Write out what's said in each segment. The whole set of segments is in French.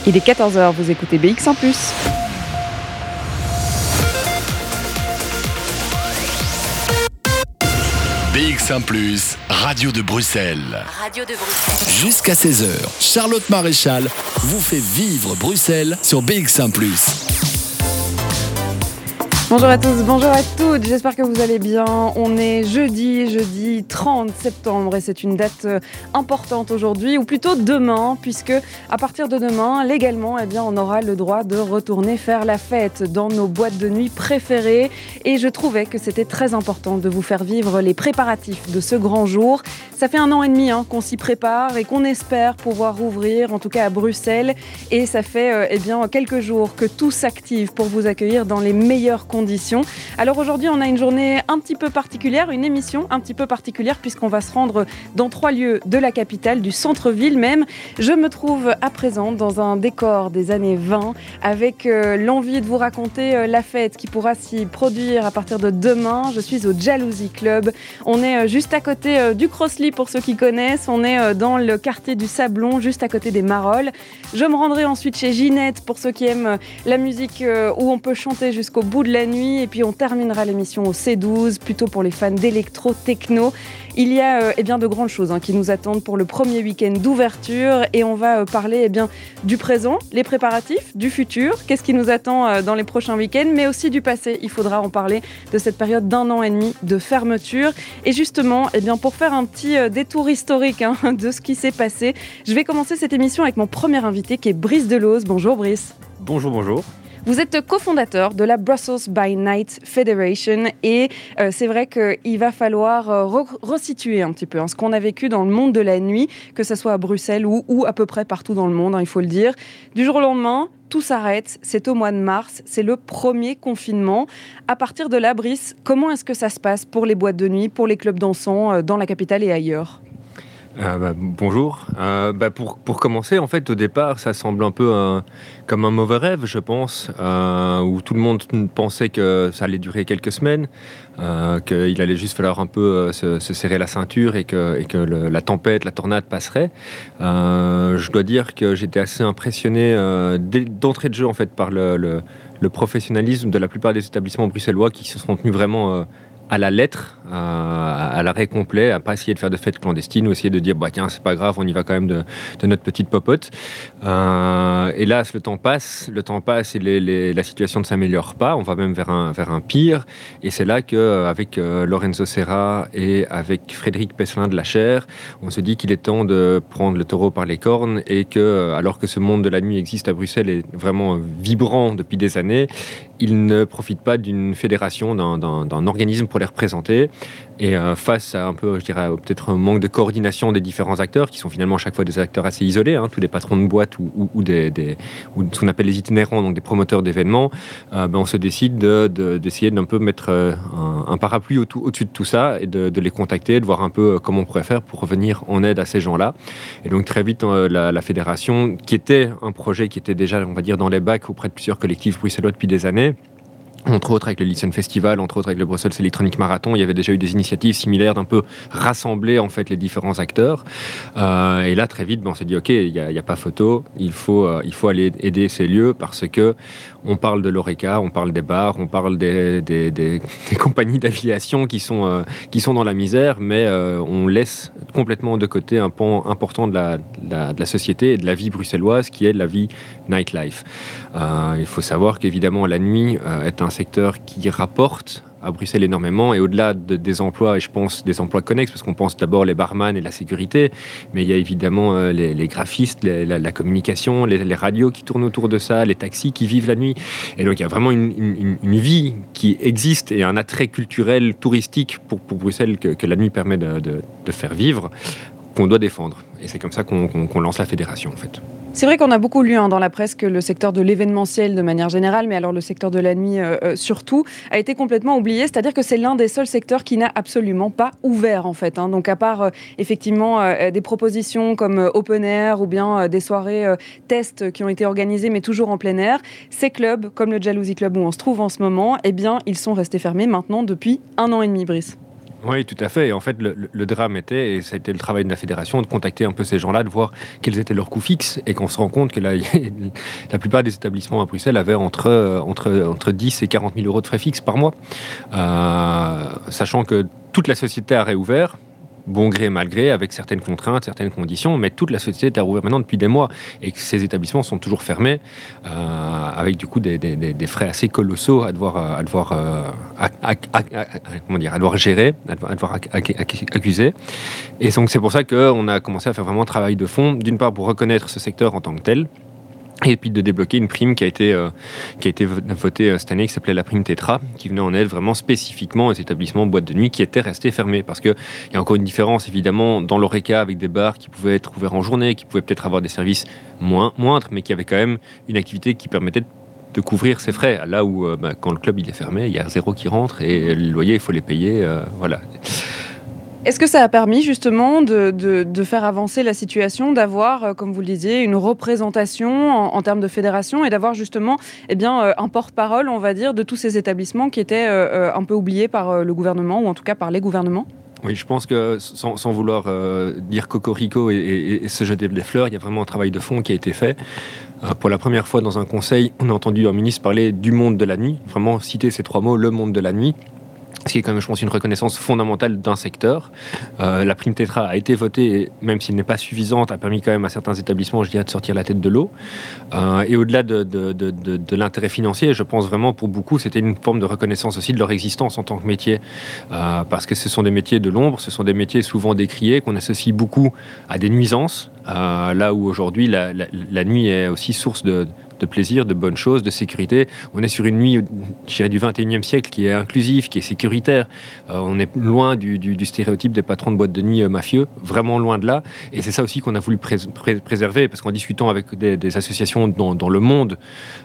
Il est 14h, vous écoutez BX1+. BX1+, Radio de Bruxelles. Radio de Bruxelles. Jusqu'à 16h, Charlotte Maréchal vous fait vivre Bruxelles sur BX1+. Bonjour à tous, bonjour à toutes, j'espère que vous allez bien. On est jeudi 30 septembre et c'est une date importante aujourd'hui, ou plutôt demain, puisque à partir de demain, légalement, on aura le droit de retourner faire la fête dans nos boîtes de nuit préférées. Et je trouvais que c'était très important de vous faire vivre les préparatifs de ce grand jour. Ça fait 1 an et demi qu'on s'y prépare et qu'on espère pouvoir rouvrir, en tout cas à Bruxelles. Et ça fait quelques jours que tout s'active pour vous accueillir dans les meilleures conditions. Alors aujourd'hui, on a une journée un petit peu particulière, une émission un petit peu particulière, puisqu'on va se rendre dans 3 lieux de la capitale, du centre-ville même. Je me trouve à présent dans un décor des années 20, avec l'envie de vous raconter la fête qui pourra s'y produire à partir de demain. Je suis au Jalousie Club. On est juste à côté du Crossly pour ceux qui connaissent. On est dans le quartier du Sablon, juste à côté des Marolles. Je me rendrai ensuite chez Ginette pour ceux qui aiment la musique où on peut chanter jusqu'au bout de la nuit. Et puis on terminera l'émission au C12, plutôt pour les fans d'électro-techno. Il y a de grandes choses qui nous attendent pour le premier week-end d'ouverture. Et on va parler du présent, les préparatifs, du futur, qu'est-ce qui nous attend dans les prochains week-ends, mais aussi du passé. Il faudra en parler de cette période d'1 an et demi de fermeture. Et justement, pour faire un petit détour historique de ce qui s'est passé, je vais commencer cette émission avec mon premier invité qui est Brice Delose. Bonjour Brice. Bonjour. Vous êtes cofondateur de la Brussels by Night Federation et c'est vrai qu'il va falloir resituer un petit peu ce qu'on a vécu dans le monde de la nuit, que ce soit à Bruxelles ou à peu près partout dans le monde, il faut le dire. Du jour au lendemain, tout s'arrête, c'est au mois de mars, c'est le premier confinement. À partir de là, Brice, comment est-ce que ça se passe pour les boîtes de nuit, pour les clubs dansants dans la capitale et ailleurs ? Bonjour. Pour commencer, en fait, au départ, ça semble un peu comme un mauvais rêve, je pense, où tout le monde pensait que ça allait durer quelques semaines, qu'il allait juste falloir un peu se serrer la ceinture et que la tempête, la tornade passerait. Je dois dire que j'étais assez impressionné d'entrée de jeu, en fait, par le professionnalisme de la plupart des établissements bruxellois qui se sont tenus vraiment à la lettre, à l'arrêt complet, à pas essayer de faire de fêtes clandestines ou essayer de dire tiens, c'est pas grave, on y va quand même de notre petite popote. Hélas, le temps passe et la situation ne s'améliore pas, on va même vers un pire, et c'est là qu'avec Lorenzo Serra et avec Frédéric Pesselin de la Chaire, on se dit qu'il est temps de prendre le taureau par les cornes et que, alors que ce monde de la nuit existe à Bruxelles et est vraiment vibrant depuis des années, il ne profite pas d'une fédération, d'un organisme pour les représenter. Et face à un peu, je dirais, peut-être un manque de coordination des différents acteurs, qui sont finalement à chaque fois des acteurs assez isolés, tous des patrons de boîtes ou ce qu'on appelle les itinérants, donc des promoteurs d'événements, on se décide d'essayer d'un peu mettre un parapluie au-dessus de tout ça et de les contacter, de voir un peu comment on pourrait faire pour venir en aide à ces gens-là. Et donc très vite, la fédération, qui était un projet qui était déjà, on va dire, dans les bacs auprès de plusieurs collectifs bruxellois depuis des années, entre autres avec le Listen Festival, entre autres avec le Brussels Electronic Marathon, il y avait déjà eu des initiatives similaires d'un peu rassembler en fait les différents acteurs. Et là très vite, on s'est dit ok, il y a pas photo, il faut aller aider ces lieux parce que on parle de l'Oreca, on parle des bars, on parle des compagnies d'aviation qui sont dans la misère, mais on laisse complètement de côté un pan important de la société et de la vie bruxelloise qui est la vie nightlife. Il faut savoir qu'évidemment la nuit est un secteur qui rapporte à Bruxelles énormément et au-delà des emplois, et je pense des emplois connexes, parce qu'on pense d'abord les barman et la sécurité, mais il y a évidemment les graphistes, la communication, les radios qui tournent autour de ça, les taxis qui vivent la nuit. Et donc il y a vraiment une vie qui existe et un attrait culturel, touristique pour Bruxelles que la nuit permet de faire vivre, qu'on doit défendre. Et c'est comme ça qu'on lance la fédération en fait. C'est vrai qu'on a beaucoup lu dans la presse que le secteur de l'événementiel de manière générale, mais alors le secteur de la nuit surtout, a été complètement oublié. C'est-à-dire que c'est l'un des seuls secteurs qui n'a absolument pas ouvert en fait. Donc à part effectivement des propositions comme Open Air ou bien des soirées tests qui ont été organisées mais toujours en plein air, ces clubs comme le Jalousie Club où on se trouve en ce moment, ils sont restés fermés maintenant depuis 1 an et demi, Brice. Oui, tout à fait. Et en fait, le drame était, et ça a été le travail de la fédération, de contacter un peu ces gens-là, de voir quels étaient leurs coûts fixes, et qu'on se rend compte que là, la plupart des établissements à Bruxelles avaient entre 10 et 40 000 euros de frais fixes par mois. Sachant que toute la société a réouvert, bon gré mal gré, avec certaines contraintes, certaines conditions, mais toute la société est rouverte maintenant depuis des mois, et que ces établissements sont toujours fermés, avec du coup des frais assez colossaux à devoir gérer, à devoir accuser. Et donc c'est pour ça qu'on a commencé à faire vraiment un travail de fond, d'une part pour reconnaître ce secteur en tant que tel, et puis de débloquer une prime qui a été votée cette année, qui s'appelait la prime Tétra, qui venait en aide vraiment spécifiquement aux établissements boîtes de nuit qui étaient restés fermés. Parce qu'il y a encore une différence, évidemment, dans l'ORECA avec des bars qui pouvaient être ouverts en journée, qui pouvaient peut-être avoir des services moindres, mais qui avaient quand même une activité qui permettait de couvrir ses frais. Là où, quand le club il est fermé, il y a zéro qui rentre et le loyer, il faut les payer. Voilà. Est-ce que ça a permis justement de faire avancer la situation, d'avoir, comme vous le disiez, une représentation en termes de fédération et d'avoir justement un porte-parole, on va dire, de tous ces établissements qui étaient un peu oubliés par le gouvernement, ou en tout cas par les gouvernements ? Oui, je pense que sans vouloir dire cocorico et se jeter des fleurs, il y a vraiment un travail de fond qui a été fait. Pour la première fois dans un conseil, on a entendu un ministre parler du monde de la nuit, vraiment citer ces trois mots, le monde de la nuit. Ce qui est quand même, je pense, une reconnaissance fondamentale d'un secteur. La prime Tétra a été votée, et même s'il n'est pas suffisante, a permis quand même à certains établissements, je dirais, de sortir la tête de l'eau. Et au-delà de l'intérêt financier, je pense vraiment pour beaucoup, c'était une forme de reconnaissance aussi de leur existence en tant que métier. Parce que ce sont des métiers de l'ombre, ce sont des métiers souvent décriés, qu'on associe beaucoup à des nuisances. Là où aujourd'hui, la nuit est aussi source de plaisir, de bonnes choses, de sécurité. On est sur une nuit, je dirais, du 21e siècle qui est inclusive, qui est sécuritaire. On est loin du stéréotype des patrons de boîtes de nuit mafieux, vraiment loin de là. Et c'est ça aussi qu'on a voulu préserver, parce qu'en discutant avec des associations dans le monde,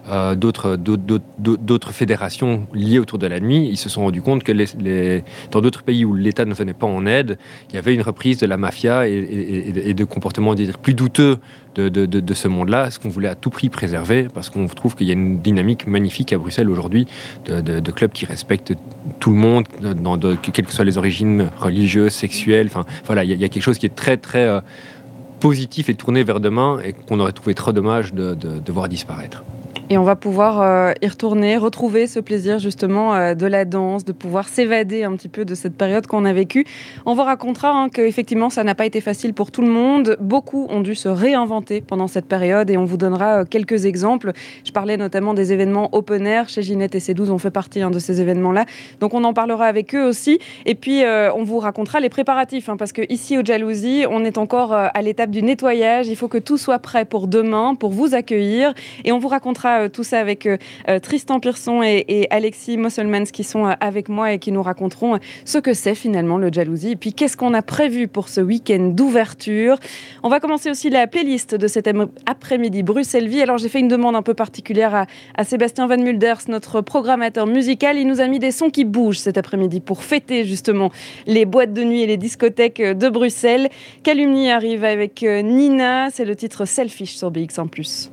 d'autres fédérations liées autour de la nuit, ils se sont rendus compte que dans d'autres pays où l'État ne venait pas en aide, il y avait une reprise de la mafia et de comportements plus douteux de ce monde-là, ce qu'on voulait à tout prix préserver, parce qu'on trouve qu'il y a une dynamique magnifique à Bruxelles aujourd'hui de clubs qui respectent tout le monde, quelles que soient les origines religieuses, sexuelles. Enfin, voilà, il y a quelque chose qui est très, très positif et tourné vers demain, et qu'on aurait trouvé trop dommage de voir disparaître. Et on va pouvoir y retourner, retrouver ce plaisir justement de la danse, de pouvoir s'évader un petit peu de cette période qu'on a vécue. On vous racontera qu'effectivement ça n'a pas été facile pour tout le monde. Beaucoup ont dû se réinventer pendant cette période, et on vous donnera quelques exemples. Je parlais notamment des événements open air. Chez Ginette et C12, on fait partie de ces événements-là. Donc on en parlera avec eux aussi. Et puis on vous racontera les préparatifs, parce qu'ici au Jalousie, on est encore à l'étape du nettoyage. Il faut que tout soit prêt pour demain, pour vous accueillir. Et on vous racontera tout ça avec Tristan Pierson et Alexis Mosselmans qui sont avec moi et qui nous raconteront ce que c'est finalement le Jalousie et puis qu'est-ce qu'on a prévu pour ce week-end d'ouverture. On va commencer aussi la playlist de cet après-midi Bruxelles-Vie. Alors j'ai fait une demande un peu particulière à Sébastien Van Mulders, notre programmateur musical. Il nous a mis des sons qui bougent cet après-midi pour fêter justement les boîtes de nuit et les discothèques de Bruxelles. Calumnie arrive avec Nina, c'est le titre Selfish sur BX1+.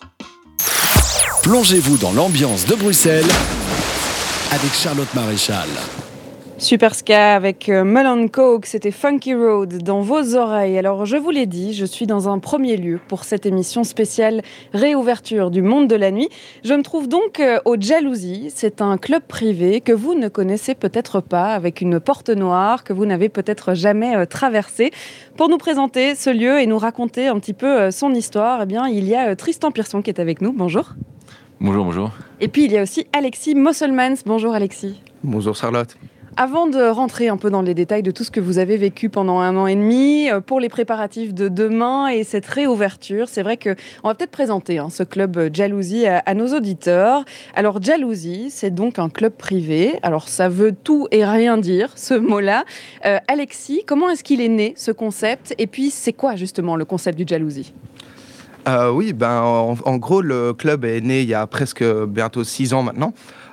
Plongez-vous dans l'ambiance de Bruxelles avec Charlotte Maréchal. Super Ska avec Mullen Coke, c'était Funky Road dans vos oreilles. Alors je vous l'ai dit, je suis dans un premier lieu pour cette émission spéciale réouverture du monde de la nuit. Je me trouve donc au Jalousie, c'est un club privé que vous ne connaissez peut-être pas, avec une porte noire que vous n'avez peut-être jamais traversée. Pour nous présenter ce lieu et nous raconter un petit peu son histoire, il y a Tristan Pierson qui est avec nous. Bonjour. Bonjour. Et puis il y a aussi Alexis Mosselmans. Bonjour Alexis. Bonjour Charlotte. Avant de rentrer un peu dans les détails de tout ce que vous avez vécu pendant 1 an et demi, pour les préparatifs de demain et cette réouverture, c'est vrai qu'on va peut-être présenter ce club Jalousie à nos auditeurs. Alors Jalousie, c'est donc un club privé. Alors ça veut tout et rien dire, ce mot-là. Alexis, comment est-ce qu'il est né, ce concept ? Et puis c'est quoi justement le concept du Jalousie ? En gros, le club est né il y a presque bientôt 6 ans maintenant.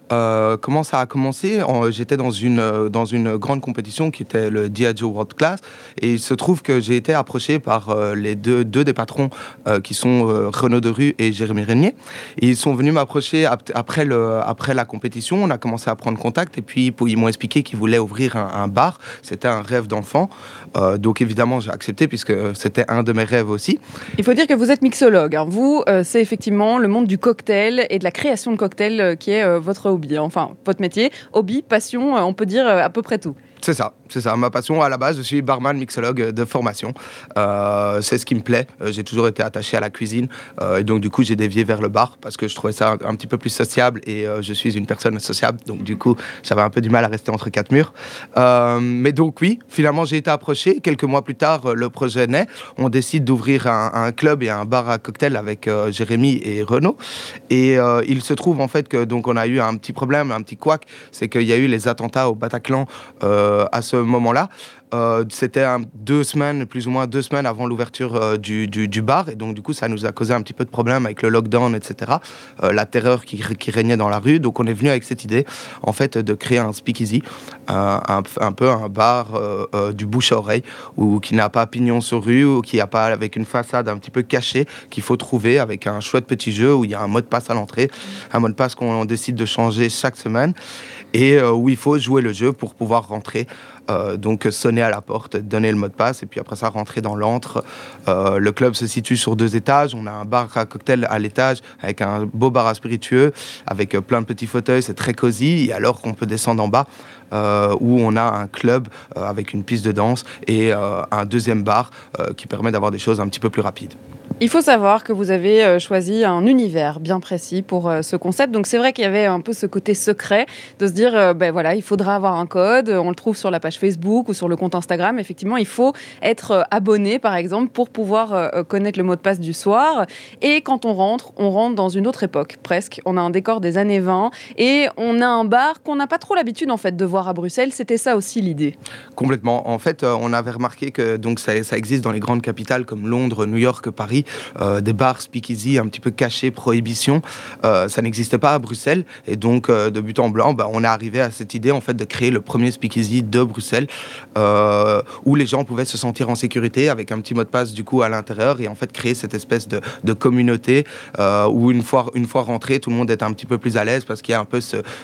Comment ça a commencé? J'étais dans une grande compétition qui était le Diageo World Class, et il se trouve que j'ai été approché par les deux des patrons qui sont Renaud Derue et Jérémy Régnier. Et ils sont venus m'approcher après la compétition. On a commencé à prendre contact, et puis ils m'ont expliqué qu'ils voulaient ouvrir un bar. C'était un rêve d'enfant. Donc évidemment, j'ai accepté puisque c'était un de mes rêves aussi. Il faut dire que vous êtes mixologue, hein. Vous, c'est effectivement le monde du cocktail et de la création de cocktails qui est votre hobby, enfin votre métier. Hobby, passion, on peut dire à peu près tout. C'est ça. Ma passion à la base. Je suis barman, mixologue de formation. C'est ce qui me plaît. J'ai toujours été attaché à la cuisine. Et donc, du coup, j'ai dévié vers le bar parce que je trouvais ça un petit peu plus sociable, et je suis une personne sociable. Donc, du coup, j'avais un peu du mal à rester entre quatre murs. Mais donc, oui, finalement, j'ai été approché. Quelques mois plus tard, le projet naît. On décide d'ouvrir un club et un bar à cocktail avec Jérémy et Renaud. Et il se trouve, en fait, que donc, on a eu un petit problème, un petit couac. C'est qu'il y a eu les attentats au Bataclan à ce moment-là. C'était plus ou moins 2 semaines avant l'ouverture du bar, et donc du coup ça nous a causé un petit peu de problème avec le lockdown, etc. La terreur qui régnait dans la rue. Donc on est venu avec cette idée, en fait, de créer un speakeasy, un peu un bar du bouche à oreille, qui n'a pas pignon sur rue, ou qui n'a pas, avec une façade un petit peu cachée, qu'il faut trouver avec un chouette petit jeu où il y a un mot de passe à l'entrée, un mot de passe qu'on décide de changer chaque semaine, et où il faut jouer le jeu pour pouvoir rentrer. Donc sonner à la porte, donner le mot de passe, et puis après ça rentrer dans l'antre. Le club se situe sur 2 étages. On a un bar à cocktail à l'étage avec un beau bar à spiritueux, avec plein de petits fauteuils. C'est très cosy. Et alors qu'on peut descendre en bas, où on a un club avec une piste de danse et un deuxième bar qui permet d'avoir des choses un petit peu plus rapides. Il faut savoir que vous avez choisi un univers bien précis pour ce concept. Donc c'est vrai qu'il y avait un peu ce côté secret de se dire, voilà, il faudra avoir un code. On le trouve sur la page Facebook ou sur le compte Instagram. Effectivement, il faut être abonné, par exemple, pour pouvoir connaître le mot de passe du soir. Et quand on rentre dans une autre époque, presque. On a un décor des années 20 et on a un bar qu'on n'a pas trop l'habitude, en fait, de voir à Bruxelles. C'était ça aussi l'idée. Complètement. En fait, on avait remarqué que donc, ça existe dans les grandes capitales comme Londres, New York, Paris. Des bars speakeasy un petit peu cachés, prohibition. Ça n'existait pas à Bruxelles, et donc de but en blanc, on est arrivé à cette idée, en fait, de créer le premier speakeasy de Bruxelles, où les gens pouvaient se sentir en sécurité avec un petit mot de passe du coup à l'intérieur, et en fait créer cette espèce de communauté où une fois rentré, tout le monde est un petit peu plus à l'aise parce qu'il y a un peu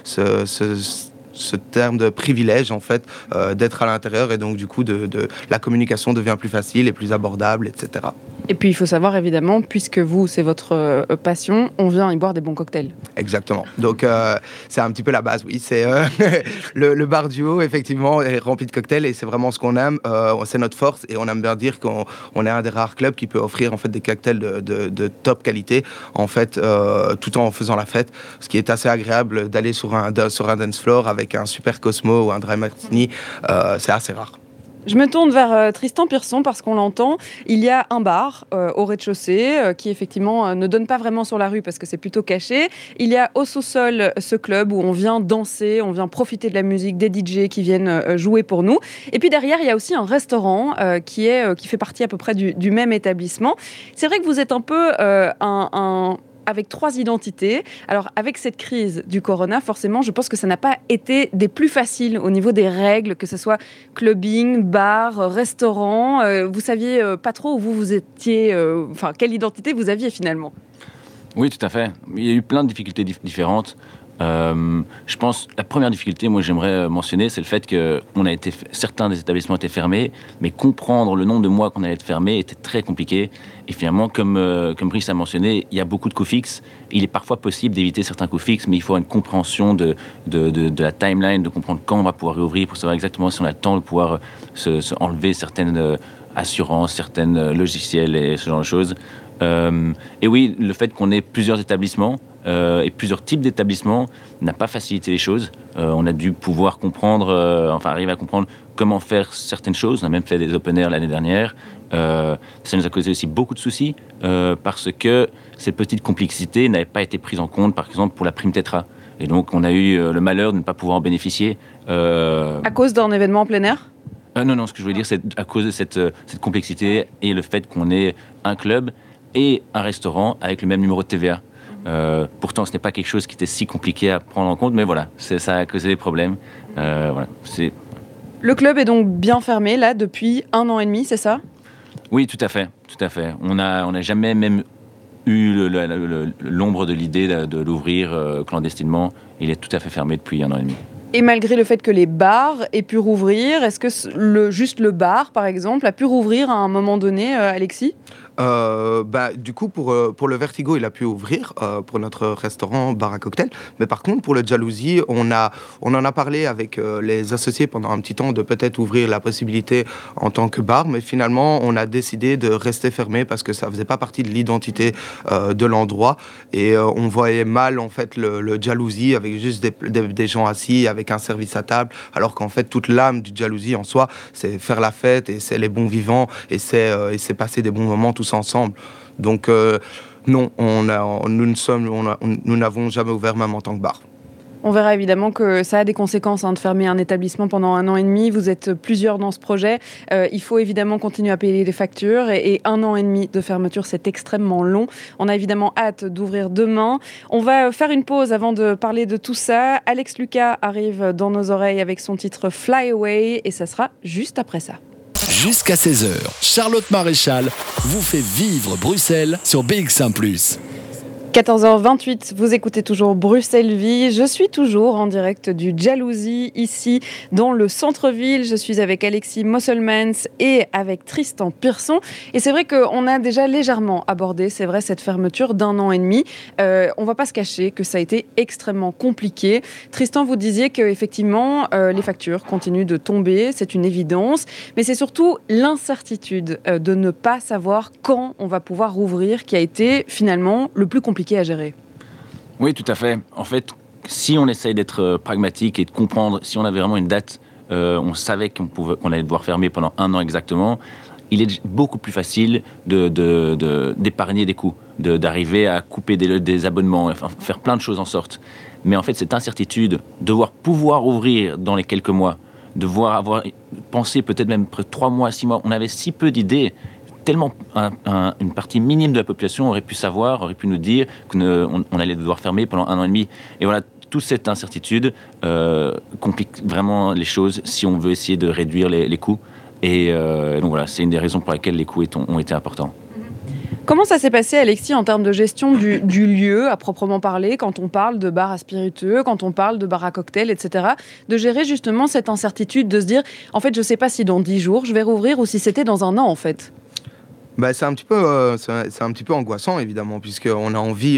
ce terme de privilège, en fait, d'être à l'intérieur, et donc du coup la communication devient plus facile et plus abordable, etc. Et puis il faut savoir, évidemment, puisque vous, c'est votre passion, on vient y boire des bons cocktails. Exactement. Donc c'est un petit peu la base, oui. C'est le bar du haut, effectivement, est rempli de cocktails, et c'est vraiment ce qu'on aime. C'est notre force, et on aime bien dire qu'on est un des rares clubs qui peut offrir, en fait, des cocktails de top qualité, en fait, tout en faisant la fête. Ce qui est assez agréable d'aller sur un dance floor avec un super Cosmo ou un dry martini, c'est assez rare. Je me tourne vers Tristan Pierson parce qu'on l'entend. Il y a un bar au rez-de-chaussée qui effectivement ne donne pas vraiment sur la rue parce que c'est plutôt caché. Il y a au sous-sol ce club où on vient danser, on vient profiter de la musique, des DJ qui viennent jouer pour nous. Et puis derrière, il y a aussi un restaurant qui fait partie à peu près du même établissement. C'est vrai que vous êtes un peu avec 3 identités. Alors, avec cette crise du corona, forcément, je pense que ça n'a pas été des plus faciles au niveau des règles, que ce soit clubbing, bar, restaurant. Vous saviez pas trop où vous étiez, quelle identité vous aviez finalement. Oui, tout à fait. Il y a eu plein de difficultés différentes. Je pense la première difficulté, moi j'aimerais mentionner, c'est le fait que certains des établissements étaient fermés, mais comprendre le nombre de mois qu'on allait être fermé était très compliqué. Et finalement, comme Brice a mentionné, il y a beaucoup de coûts fixes. Il est parfois possible d'éviter certains coûts fixes, mais il faut une compréhension de la timeline, de comprendre quand on va pouvoir réouvrir pour savoir exactement si on a le temps de pouvoir se enlever certaines assurances, certaines logiciels et ce genre de choses. Et oui, le fait qu'on ait plusieurs établissements et plusieurs types d'établissements n'a pas facilité les choses. On a dû pouvoir arriver à comprendre comment faire certaines choses. On a même fait des open air l'année dernière. Ça nous a causé aussi beaucoup de soucis parce que ces petites complexités n'avaient pas été prises en compte, par exemple pour la prime Tetra. Et donc on a eu le malheur de ne pas pouvoir en bénéficier. À cause d'un événement en plein air ? Non, ce que je veux dire, c'est à cause de cette complexité et le fait qu'on ait un club et un restaurant avec le même numéro de TVA. Pourtant, ce n'est pas quelque chose qui était si compliqué à prendre en compte, mais voilà, ça a causé des problèmes. Voilà, Le club est donc bien fermé, là, depuis 1 an et demi, c'est ça ? Oui, tout à fait. On n'a jamais même eu l'ombre de l'idée de l'ouvrir clandestinement. Il est tout à fait fermé depuis 1 an et demi. Et malgré le fait que les bars aient pu rouvrir, est-ce que juste le bar, par exemple, a pu rouvrir à un moment donné, Alexis ? Du coup, pour le Vertigo, il a pu ouvrir pour notre restaurant bar à cocktail. Mais par contre, pour le Jalousie, on en a parlé avec les associés pendant un petit temps de peut-être ouvrir la possibilité en tant que bar. Mais finalement, on a décidé de rester fermé parce que ça faisait pas partie de l'identité de l'endroit. Et on voyait mal, en fait, le Jalousie avec juste des gens assis, avec un service à table. Alors qu'en fait, toute l'âme du Jalousie en soi, c'est faire la fête et c'est les bons vivants et c'est passer des bons moments tous ensemble. Donc non, nous n'avons jamais ouvert même en tant que bar. On verra évidemment que ça a des conséquences de fermer un établissement pendant 1 an et demi. Vous êtes plusieurs dans ce projet. Il faut évidemment continuer à payer les factures et 1 an et demi de fermeture, c'est extrêmement long. On a évidemment hâte d'ouvrir demain. On va faire une pause avant de parler de tout ça. Alex Lucas arrive dans nos oreilles avec son titre Fly Away et ça sera juste après ça. Jusqu'à 16h, Charlotte Maréchal vous fait vivre Bruxelles sur BX1 +. 14h28, vous écoutez toujours Bruxelles Vie. Je suis toujours en direct du Jalousie, ici dans le centre-ville. Je suis avec Alexis Mosselmans et avec Tristan Pearson. Et c'est vrai qu'on a déjà légèrement abordé, c'est vrai, cette fermeture d'1 an et demi. On ne va pas se cacher que ça a été extrêmement compliqué. Tristan, vous disiez qu'effectivement, les factures continuent de tomber, c'est une évidence. Mais c'est surtout l'incertitude de ne pas savoir quand on va pouvoir rouvrir qui a été finalement le plus compliqué à gérer. Oui, tout à fait. En fait, si on essaye d'être pragmatique et de comprendre, si on avait vraiment une date, on savait qu'on allait devoir fermer pendant 1 an exactement, il est beaucoup plus facile d'épargner des coûts, d'arriver à couper des abonnements, enfin, faire plein de choses en sorte. Mais en fait, cette incertitude, devoir pouvoir ouvrir dans les quelques mois, devoir avoir pensé peut-être même 3 mois, 6 mois, on avait si peu d'idées, tellement une partie minime de la population aurait pu nous dire qu'on allait devoir fermer pendant 1 an et demi. Et voilà, toute cette incertitude complique vraiment les choses si on veut essayer de réduire les coûts. Et donc voilà, c'est une des raisons pour lesquelles les coûts ont été importants. Comment ça s'est passé, Alexis, en termes de gestion du lieu, à proprement parler, quand on parle de bar à spiritueux, quand on parle de bar à cocktail, etc., de gérer justement cette incertitude, de se dire, en fait, je ne sais pas si dans 10 jours, je vais rouvrir ou si c'était dans 1 an, en fait. C'est un petit peu angoissant, évidemment, puisqu'on a envie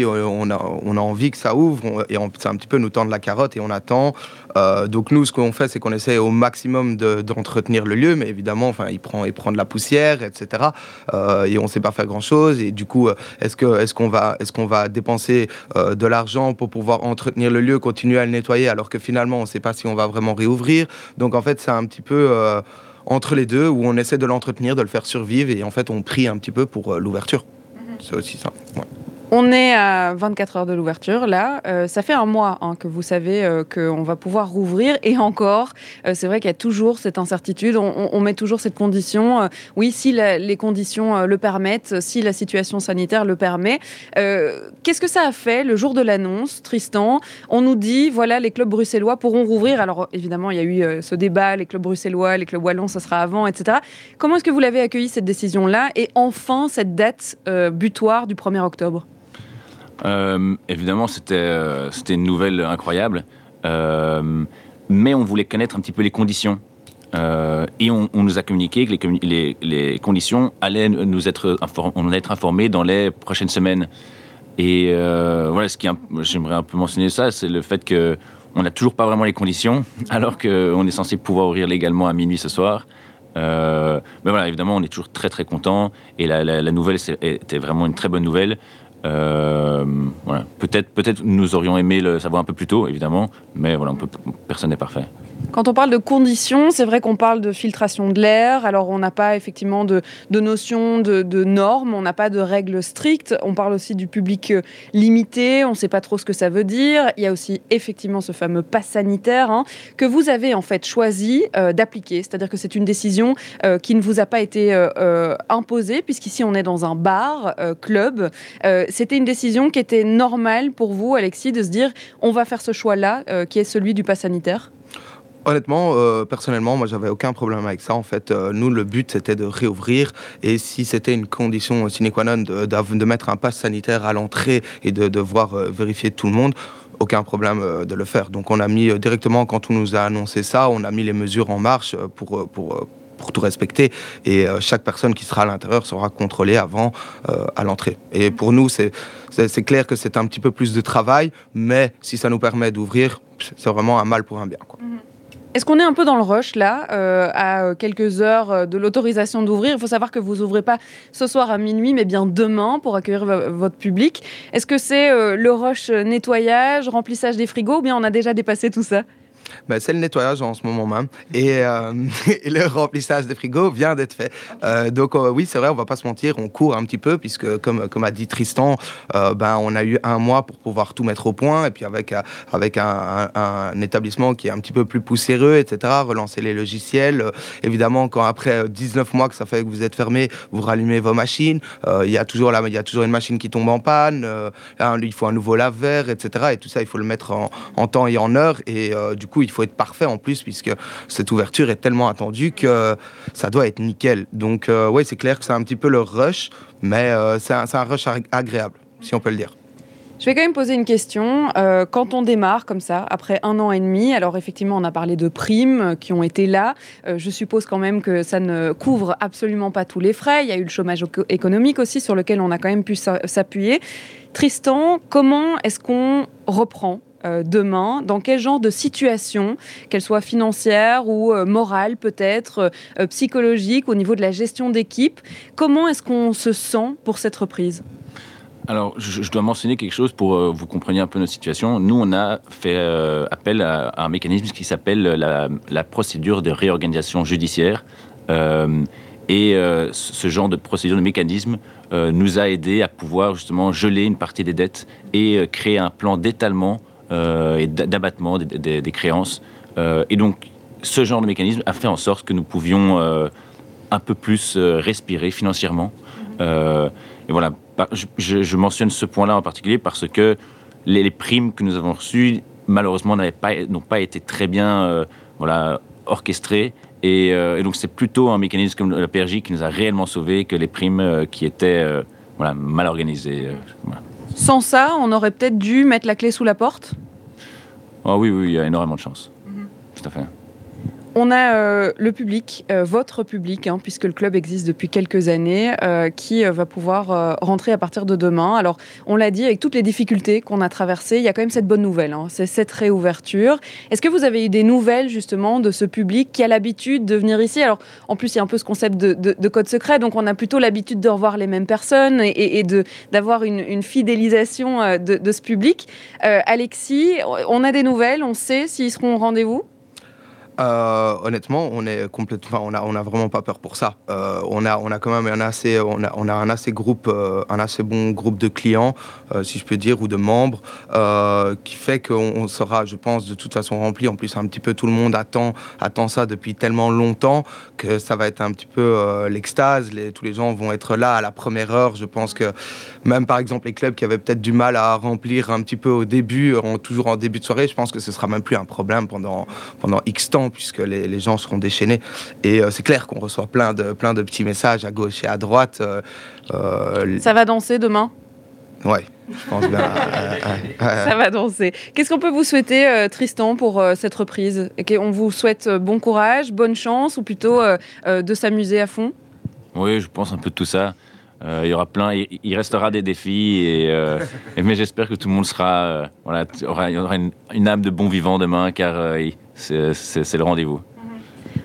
que ça ouvre et c'est un petit peu nous tendre la carotte et on attend. Donc nous, ce qu'on fait, c'est qu'on essaie au maximum d'entretenir le lieu, mais évidemment, enfin, il prend de la poussière, etc. Et on ne sait pas faire grand-chose. Et du coup, est-ce qu'on va dépenser de l'argent pour pouvoir entretenir le lieu, continuer à le nettoyer, alors que finalement, on ne sait pas si on va vraiment réouvrir. Donc en fait, c'est un petit peu entre les deux, où on essaie de l'entretenir, de le faire survivre, et en fait, on prie un petit peu pour l'ouverture. C'est aussi ça. Ouais. On est à 24 heures de l'ouverture, là. Ça fait 1 mois que vous savez qu'on va pouvoir rouvrir. Et encore, c'est vrai qu'il y a toujours cette incertitude. On met toujours cette condition. Oui, si les conditions le permettent, si la situation sanitaire le permet. Qu'est-ce que ça a fait le jour de l'annonce, Tristan ? On nous dit, voilà, les clubs bruxellois pourront rouvrir. Alors, évidemment, il y a eu ce débat, les clubs bruxellois, les clubs wallons, ça sera avant, etc. Comment est-ce que vous l'avez accueilli, cette décision-là ? Et enfin, cette date butoir du 1er octobre ? Évidemment, c'était une nouvelle incroyable, mais on voulait connaître un petit peu les conditions. Et on nous a communiqué que les conditions allaient on allait être informés dans les prochaines semaines. Et voilà, j'aimerais un peu mentionner ça, c'est le fait qu'on n'a toujours pas vraiment les conditions, alors qu'on est censé pouvoir ouvrir légalement à minuit ce soir. Mais voilà, évidemment, on est toujours très très content. Et la nouvelle était vraiment une très bonne nouvelle. Voilà. Peut-être nous aurions aimé le savoir un peu plus tôt, évidemment, mais voilà, personne n'est parfait. Quand on parle de conditions, c'est vrai qu'on parle de filtration de l'air. Alors, on n'a pas effectivement de notion de normes, on n'a pas de règles strictes. On parle aussi du public limité, on ne sait pas trop ce que ça veut dire. Il y a aussi effectivement ce fameux pass sanitaire que vous avez en fait choisi d'appliquer. C'est-à-dire que c'est une décision qui ne vous a pas été imposée, puisqu'ici on est dans un bar, club. C'était une décision qui était normale pour vous, Alexis, de se dire on va faire ce choix-là, qui est celui du pass sanitaire? Honnêtement, personnellement, moi, j'avais aucun problème avec ça. En fait, nous, le but, c'était de réouvrir. Et si c'était une condition sine qua non de mettre un pass sanitaire à l'entrée et de devoir vérifier tout le monde, aucun problème de le faire. Donc, on a mis directement, quand on nous a annoncé ça, on a mis les mesures en marche pour tout respecter. Et chaque personne qui sera à l'intérieur sera contrôlée avant à l'entrée. Et pour nous, c'est clair que c'est un petit peu plus de travail, mais si ça nous permet d'ouvrir, c'est vraiment un mal pour un bien, quoi. Est-ce qu'on est un peu dans le rush, là, à quelques heures de l'autorisation d'ouvrir? Il faut savoir que vous n'ouvrez pas ce soir à minuit, mais bien demain pour accueillir votre public. Est-ce que c'est le rush nettoyage, remplissage des frigos, ou bien on a déjà dépassé tout ça? C'est le nettoyage en ce moment même et le remplissage des frigos vient d'être fait. Donc oui, c'est vrai, on va pas se mentir, on court un petit peu puisque comme a dit Tristan, on a eu 1 mois pour pouvoir tout mettre au point et puis avec un établissement qui est un petit peu plus poussiéreux, etc., relancer les logiciels. Évidemment, quand après 19 mois que ça fait que vous êtes fermé, vous rallumez vos machines, il y a toujours une machine qui tombe en panne, il faut un nouveau lave-verre, etc. Et tout ça, il faut le mettre en temps et en heure et du coup, il faut être parfait en plus, puisque cette ouverture est tellement attendue que ça doit être nickel. Donc, oui, c'est clair que c'est un petit peu le rush, mais c'est un rush agréable, si on peut le dire. Je vais quand même poser une question. Quand on démarre comme ça, après 1 an et demi, alors effectivement, on a parlé de primes qui ont été là. Je suppose quand même que ça ne couvre absolument pas tous les frais. Il y a eu le chômage économique aussi, sur lequel on a quand même pu s'appuyer. Tristan, comment est-ce qu'on reprend demain, dans quel genre de situation, qu'elle soit financière ou morale peut-être, psychologique, au niveau de la gestion d'équipe, comment est-ce qu'on se sent pour cette reprise? Alors, je dois mentionner quelque chose pour que vous compreniez un peu notre situation. Nous, on a fait appel à un mécanisme qui s'appelle la procédure de réorganisation judiciaire. Ce genre de procédure, de mécanisme, nous a aidé à pouvoir justement geler une partie des dettes et créer un plan d'étalement et d'abattement des créances. Et donc, ce genre de mécanisme a fait en sorte que nous pouvions un peu plus respirer financièrement. Et voilà, je mentionne ce point-là en particulier parce que les primes que nous avons reçues, malheureusement, n'ont pas été très bien orchestrées. Et donc, c'est plutôt un mécanisme comme la PRJ qui nous a réellement sauvés que les primes qui étaient mal organisées. Sans ça, on aurait peut-être dû mettre la clé sous la porte? Oh oui, il y a énormément de chance. Tout à fait. On a le public, votre public, puisque le club existe depuis quelques années, qui va pouvoir rentrer à partir de demain. Alors, on l'a dit, avec toutes les difficultés qu'on a traversées, il y a quand même cette bonne nouvelle, c'est cette réouverture. Est-ce que vous avez eu des nouvelles, justement, de ce public qui a l'habitude de venir ici? Alors, en plus, il y a un peu ce concept de code secret, donc on a plutôt l'habitude de revoir les mêmes personnes et d'avoir une fidélisation de ce public. Alexis, on a des nouvelles, on sait s'ils seront au rendez-vous? Honnêtement, on est complètement, on a vraiment pas peur pour ça. On a quand même un assez bon groupe de clients, si je peux dire, ou de membres, qui fait qu'on sera, je pense, de toute façon rempli. En plus, un petit peu tout le monde attend ça depuis tellement longtemps que ça va être un petit peu l'extase. Tous les gens vont être là à la première heure. Je pense que même, par exemple, les clubs qui avaient peut-être du mal à remplir un petit peu au début, toujours en début de soirée, je pense que ce sera même plus un problème pendant X temps, puisque les gens seront déchaînés. Et c'est clair qu'on reçoit plein de petits messages à gauche et à droite. Ça va danser demain? Ouais, je pense bien. Ça va danser. Qu'est-ce qu'on peut vous souhaiter, Tristan, pour cette reprise? On vous souhaite bon courage, bonne chance, ou plutôt de s'amuser à fond? Oui, je pense un peu de tout ça. Il y aura il restera des défis, mais j'espère que tout le monde il y aura une âme de bon vivant demain, car c'est le rendez-vous.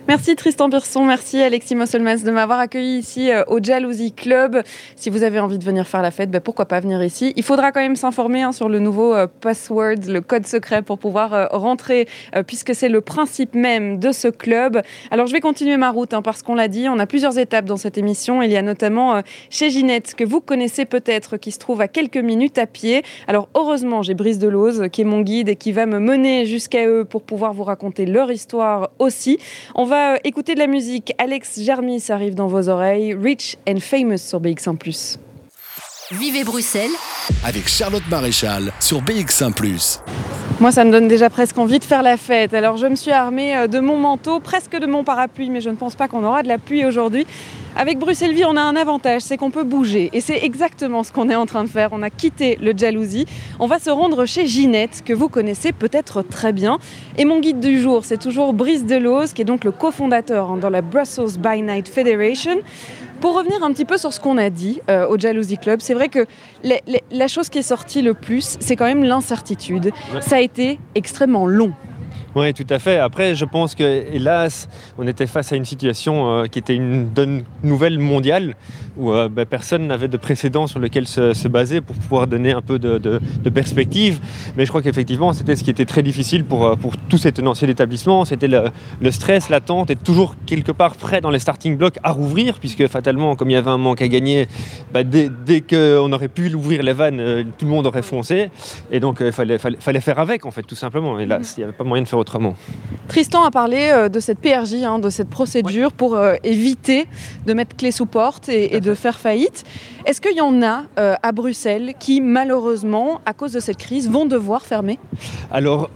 Merci Tristan Birson, merci Alexis Mosselmans de m'avoir accueilli ici au Jalousie Club. Si vous avez envie de venir faire la fête, pourquoi pas venir ici. Il faudra quand même s'informer sur le nouveau password, le code secret pour pouvoir rentrer, puisque c'est le principe même de ce club. Alors je vais continuer ma route, parce qu'on l'a dit, on a plusieurs étapes dans cette émission. Il y a notamment chez Ginette, que vous connaissez peut-être, qui se trouve à quelques minutes à pied. Alors heureusement, j'ai Brice Delose, qui est mon guide et qui va me mener jusqu'à eux pour pouvoir vous raconter leur histoire aussi. On va écouter de la musique. Alex Germis arrive dans vos oreilles. Rich and Famous sur BX1+. Vivez Bruxelles avec Charlotte Maréchal sur BX1+. Moi, ça me donne déjà presque envie de faire la fête. Alors, je me suis armée de mon manteau, presque de mon parapluie, mais je ne pense pas qu'on aura de la pluie aujourd'hui. Avec Bruxelles Vie, on a un avantage, c'est qu'on peut bouger. Et c'est exactement ce qu'on est en train de faire. On a quitté le Jalousie. On va se rendre chez Ginette, que vous connaissez peut-être très bien. Et mon guide du jour, c'est toujours Brice Delose, qui est donc le cofondateur dans la Brussels by Night Federation. Pour revenir un petit peu sur ce qu'on a dit au Jalousie Club, c'est vrai que la chose qui est sortie le plus, c'est quand même l'incertitude. Ouais. Ça a été extrêmement long. Oui, tout à fait. Après, je pense que, hélas, on était face à une situation qui était une nouvelle mondiale où personne n'avait de précédent sur lequel se baser pour pouvoir donner un peu de perspective. Mais je crois qu'effectivement, c'était ce qui était très difficile pour tous ces tenanciers d'établissement. C'était le stress, l'attente, être toujours quelque part prêt dans les starting blocks à rouvrir, puisque fatalement, comme il y avait un manque à gagner, dès qu'on aurait pu ouvrir les vannes, tout le monde aurait foncé. Et donc, il fallait faire avec, en fait, tout simplement. Et là, il n'y avait pas moyen de faire autrement. Tristan a parlé de cette PRJ, de cette procédure pour éviter de mettre clé sous porte et de faire faillite. Est-ce qu'il y en a à Bruxelles qui, malheureusement, à cause de cette crise, vont devoir fermer ? Alors,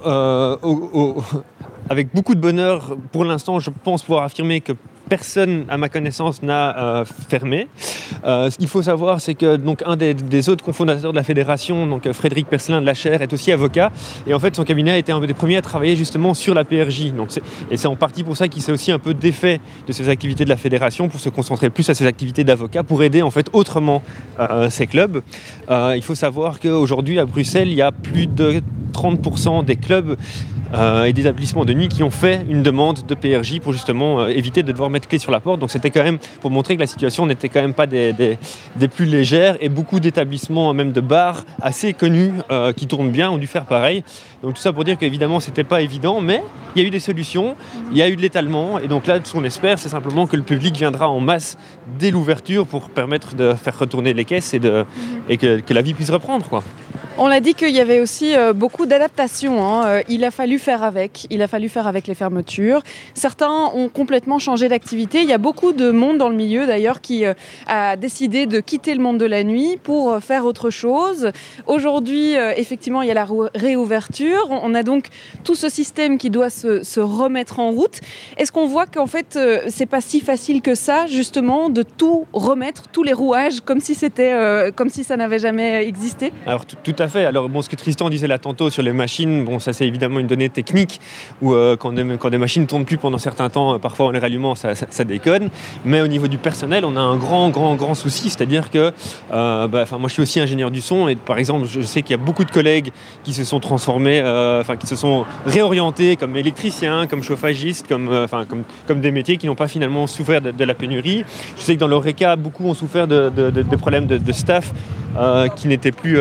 avec beaucoup de bonheur, pour l'instant, je pense pouvoir affirmer que personne, à ma connaissance, n'a fermé. Ce qu'il faut savoir, c'est que donc, un des autres cofondateurs de la fédération, donc Frédéric Percelin de la Chaire, est aussi avocat. Et en fait, son cabinet a été un des premiers à travailler justement sur la PRJ. Donc, c'est en partie pour ça qu'il s'est aussi un peu défait de ses activités de la fédération pour se concentrer plus à ses activités d'avocat, pour aider en fait autrement ces clubs. Il faut savoir qu'aujourd'hui, à Bruxelles, il y a plus de 30% des clubs et des établissements de nuit qui ont fait une demande de PRJ pour justement éviter de devoir mettre clé sur la porte. Donc c'était quand même pour montrer que la situation n'était quand même pas des plus légères, et beaucoup d'établissements, même de bars assez connus qui tournent bien, ont dû faire pareil. Donc tout ça pour dire qu'évidemment c'était pas évident, mais il y a eu des solutions, il y a eu de l'étalement, et donc là ce qu'on espère, c'est simplement que le public viendra en masse dès l'ouverture pour permettre de faire retourner les caisses et que la vie puisse reprendre, quoi. On l'a dit qu'il y avait aussi beaucoup d'adaptations. Il a fallu faire avec les fermetures. Certains ont complètement changé d'activité. Il y a beaucoup de monde dans le milieu d'ailleurs qui a décidé de quitter le monde de la nuit pour faire autre chose. Aujourd'hui, effectivement, il y a la réouverture. On a donc tout ce système qui doit se remettre en route. Est-ce qu'on voit qu'en fait, c'est pas si facile que ça, justement, de tout remettre, tous les rouages, comme si ça n'avait jamais existé ? Alors tout à fait. Alors ce que Tristan disait là tantôt sur les machines, ça c'est évidemment une donnée technique où quand des machines ne tournent plus pendant un certain temps, parfois en les rallumant ça déconne. Mais au niveau du personnel, on a un grand souci, c'est-à-dire que moi je suis aussi ingénieur du son, et par exemple je sais qu'il y a beaucoup de collègues qui se sont transformés, qui se sont réorientés comme électriciens, comme chauffagistes, comme des métiers qui n'ont pas finalement souffert de la pénurie. Je sais que dans l'Oreca, beaucoup ont souffert de problèmes de staff qui n'étaient plus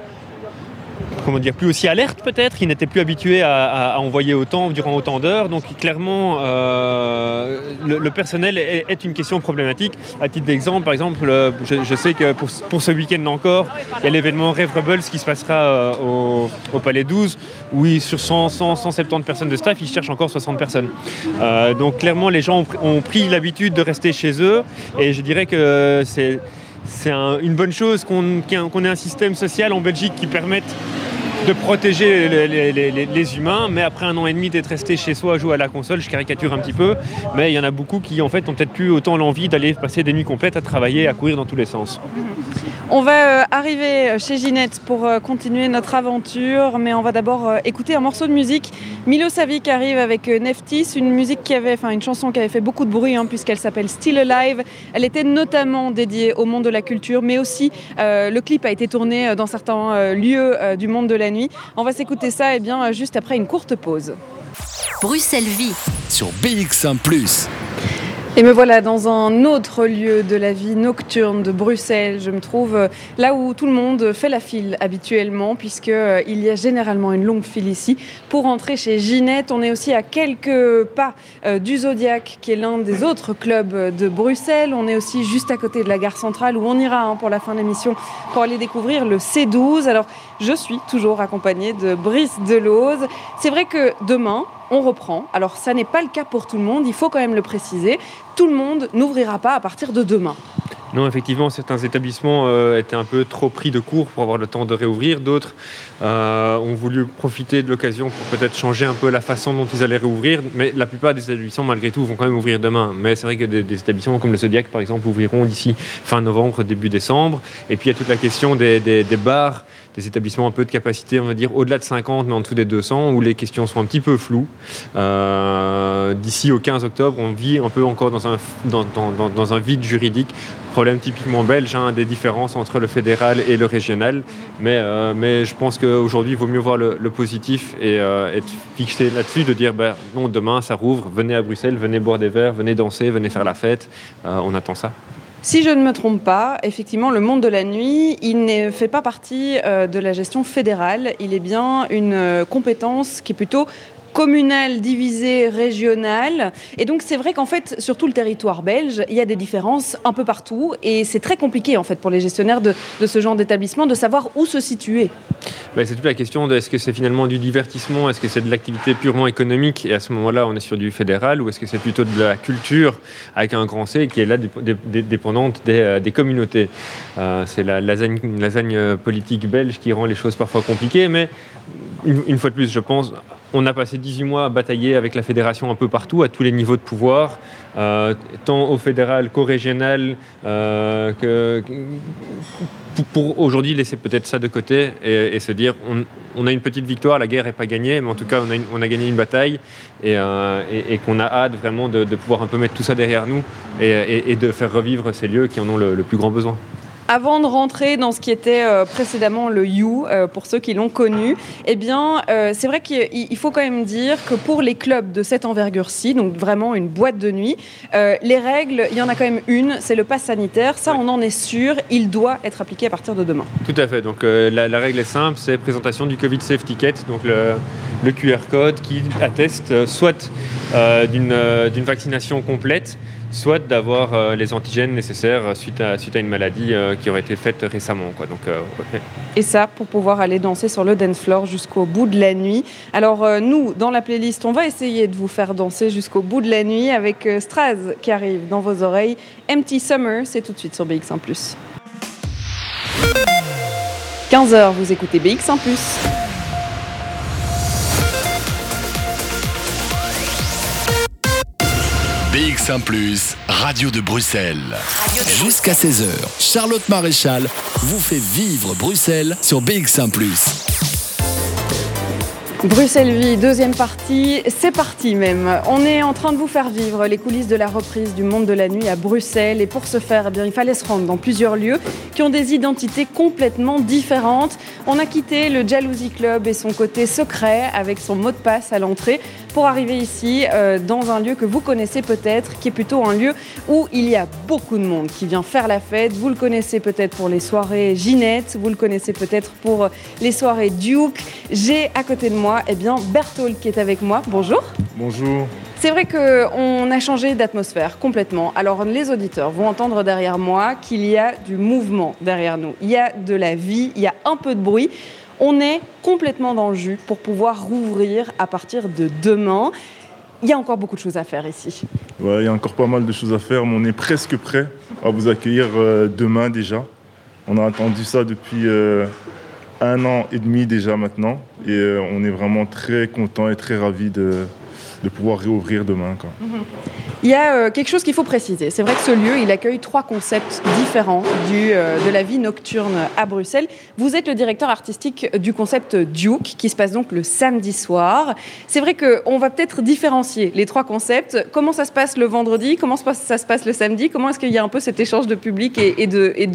plus aussi alerte peut-être, qui n'étaient plus habitués à envoyer autant durant autant d'heures. Donc clairement, le personnel est une question problématique. À titre d'exemple, par exemple, je sais que pour ce week-end encore, il y a l'événement Rêve Rebels qui se passera au Palais 12, où sur 170 personnes de staff, ils cherchent encore 60 personnes. Donc clairement, les gens ont pris l'habitude de rester chez eux, et je dirais que c'est une bonne chose qu'on ait un système social en Belgique qui permette de protéger les humains, mais après 1 an et demi d'être resté chez soi à jouer à la console, je caricature un petit peu, mais il y en a beaucoup qui en fait ont peut-être plus autant l'envie d'aller passer des nuits complètes à travailler, à courir dans tous les sens. On va arriver chez Ginette pour continuer notre aventure, mais on va d'abord écouter un morceau de musique. Milosavic arrive avec Neftis, une chanson qui avait fait beaucoup de bruit puisqu'elle s'appelle Still Alive. Elle était notamment dédiée au monde de la culture, mais aussi le clip a été tourné dans certains lieux du monde de la nuit. On va s'écouter ça juste après une courte pause. Bruxelles Vie. sur BX1+. Et me voilà dans un autre lieu de la vie nocturne de Bruxelles. Je me trouve là où tout le monde fait la file habituellement, puisqu'il y a généralement une longue file ici pour entrer chez Ginette. On est aussi à quelques pas du Zodiac, qui est l'un des autres clubs de Bruxelles. On est aussi juste à côté de la gare centrale, où on ira pour la fin de l'émission pour aller découvrir le C12. Alors, je suis toujours accompagnée de Brice Delose. C'est vrai que demain, on reprend. Alors, ça n'est pas le cas pour tout le monde, il faut quand même le préciser. Tout le monde n'ouvrira pas à partir de demain. Non, effectivement, certains établissements étaient un peu trop pris de court pour avoir le temps de réouvrir. D'autres ont voulu profiter de l'occasion pour peut-être changer un peu la façon dont ils allaient réouvrir. Mais la plupart des établissements, malgré tout, vont quand même ouvrir demain. Mais c'est vrai que des établissements comme le Zodiac, par exemple, ouvriront d'ici fin novembre, début décembre. Et puis, il y a toute la question des bars, des établissements un peu de capacité, on va dire, au-delà de 50, mais en dessous des 200, où les questions sont un petit peu floues. D'ici au 15 octobre, on vit un peu encore dans un vide juridique. Problème typiquement belge, des différences entre le fédéral et le régional. Mais je pense qu'aujourd'hui, il vaut mieux voir le positif et être fixé là-dessus, de dire, non, demain, ça rouvre, venez à Bruxelles, venez boire des verres, venez danser, venez faire la fête. On attend ça. Si je ne me trompe pas, effectivement, le monde de la nuit, il ne fait pas partie de la gestion fédérale. Il est bien une compétence qui est plutôt communale, divisée, régionale. Et donc, c'est vrai qu'en fait, sur tout le territoire belge, il y a des différences un peu partout. Et c'est très compliqué, en fait, pour les gestionnaires de ce genre d'établissement de savoir où se situer. C'est toute la question de est-ce que c'est finalement du divertissement, est-ce que c'est de l'activité purement économique, et à ce moment-là on est sur du fédéral, ou est-ce que c'est plutôt de la culture avec un grand C qui est là dépendante des communautés. C'est la lasagne politique belge qui rend les choses parfois compliquées, mais une fois de plus, je pense, on a passé 18 mois à batailler avec la fédération un peu partout, à tous les niveaux de pouvoir, tant au fédéral qu'au régional, pour aujourd'hui laisser peut-être ça de côté et se dire on a une petite victoire, la guerre n'est pas gagnée, mais en tout cas on a gagné une bataille et qu'on a hâte vraiment de pouvoir un peu mettre tout ça derrière nous et de faire revivre ces lieux qui en ont le plus grand besoin. Avant de rentrer dans ce qui était précédemment le You, pour ceux qui l'ont connu, c'est vrai qu'il faut quand même dire que pour les clubs de cette envergure-ci, donc vraiment une boîte de nuit, les règles, il y en a quand même une, c'est le pass sanitaire. Ça, on en est sûr, il doit être appliqué à partir de demain. Tout à fait. Donc la règle est simple, c'est présentation du Covid Safe Ticket, donc le QR code qui atteste soit d'une vaccination complète, soit d'avoir les antigènes nécessaires suite à une maladie qui aurait été faite récemment. Donc, ouais. Et ça, pour pouvoir aller danser sur le dance floor jusqu'au bout de la nuit. Alors nous, dans la playlist, on va essayer de vous faire danser jusqu'au bout de la nuit avec Straz qui arrive dans vos oreilles. Empty Summer, c'est tout de suite sur BX1+. 15h, vous écoutez BX1+. BX1+, Radio de Bruxelles. Jusqu'à 16h, Charlotte Maréchal vous fait vivre Bruxelles sur BX1+. Bruxelles Vie, deuxième partie, c'est parti même. On est en train de vous faire vivre les coulisses de la reprise du monde de la nuit à Bruxelles. Et pour ce faire, il fallait se rendre dans plusieurs lieux qui ont des identités complètement différentes. On a quitté le Jalousie Club et son côté secret avec son mot de passe à l'entrée pour arriver ici dans un lieu que vous connaissez peut-être, qui est plutôt un lieu où il y a beaucoup de monde qui vient faire la fête. Vous le connaissez peut-être pour les soirées Ginette, vous le connaissez peut-être pour les soirées Duke. J'ai à côté de moi Berthold qui est avec moi. Bonjour. Bonjour. C'est vrai qu'on a changé d'atmosphère complètement. Alors les auditeurs vont entendre derrière moi qu'il y a du mouvement derrière nous. Il y a de la vie, il y a un peu de bruit. On est complètement dans le jus pour pouvoir rouvrir à partir de demain. Il y a encore beaucoup de choses à faire ici. Ouais, il y a encore pas mal de choses à faire, mais on est presque prêt à vous accueillir demain déjà. On a attendu ça depuis 1 an et demi déjà maintenant. Et on est vraiment très contents et très ravis de pouvoir réouvrir demain. Il y a quelque chose qu'il faut préciser. C'est vrai que ce lieu, il accueille 3 concepts différents de la vie nocturne à Bruxelles. Vous êtes le directeur artistique du concept Duke, qui se passe donc le samedi soir. C'est vrai qu'on va peut-être différencier les 3 concepts. Comment ça se passe le vendredi ? Comment ça se passe le samedi ? Comment est-ce qu'il y a un peu cet échange de public et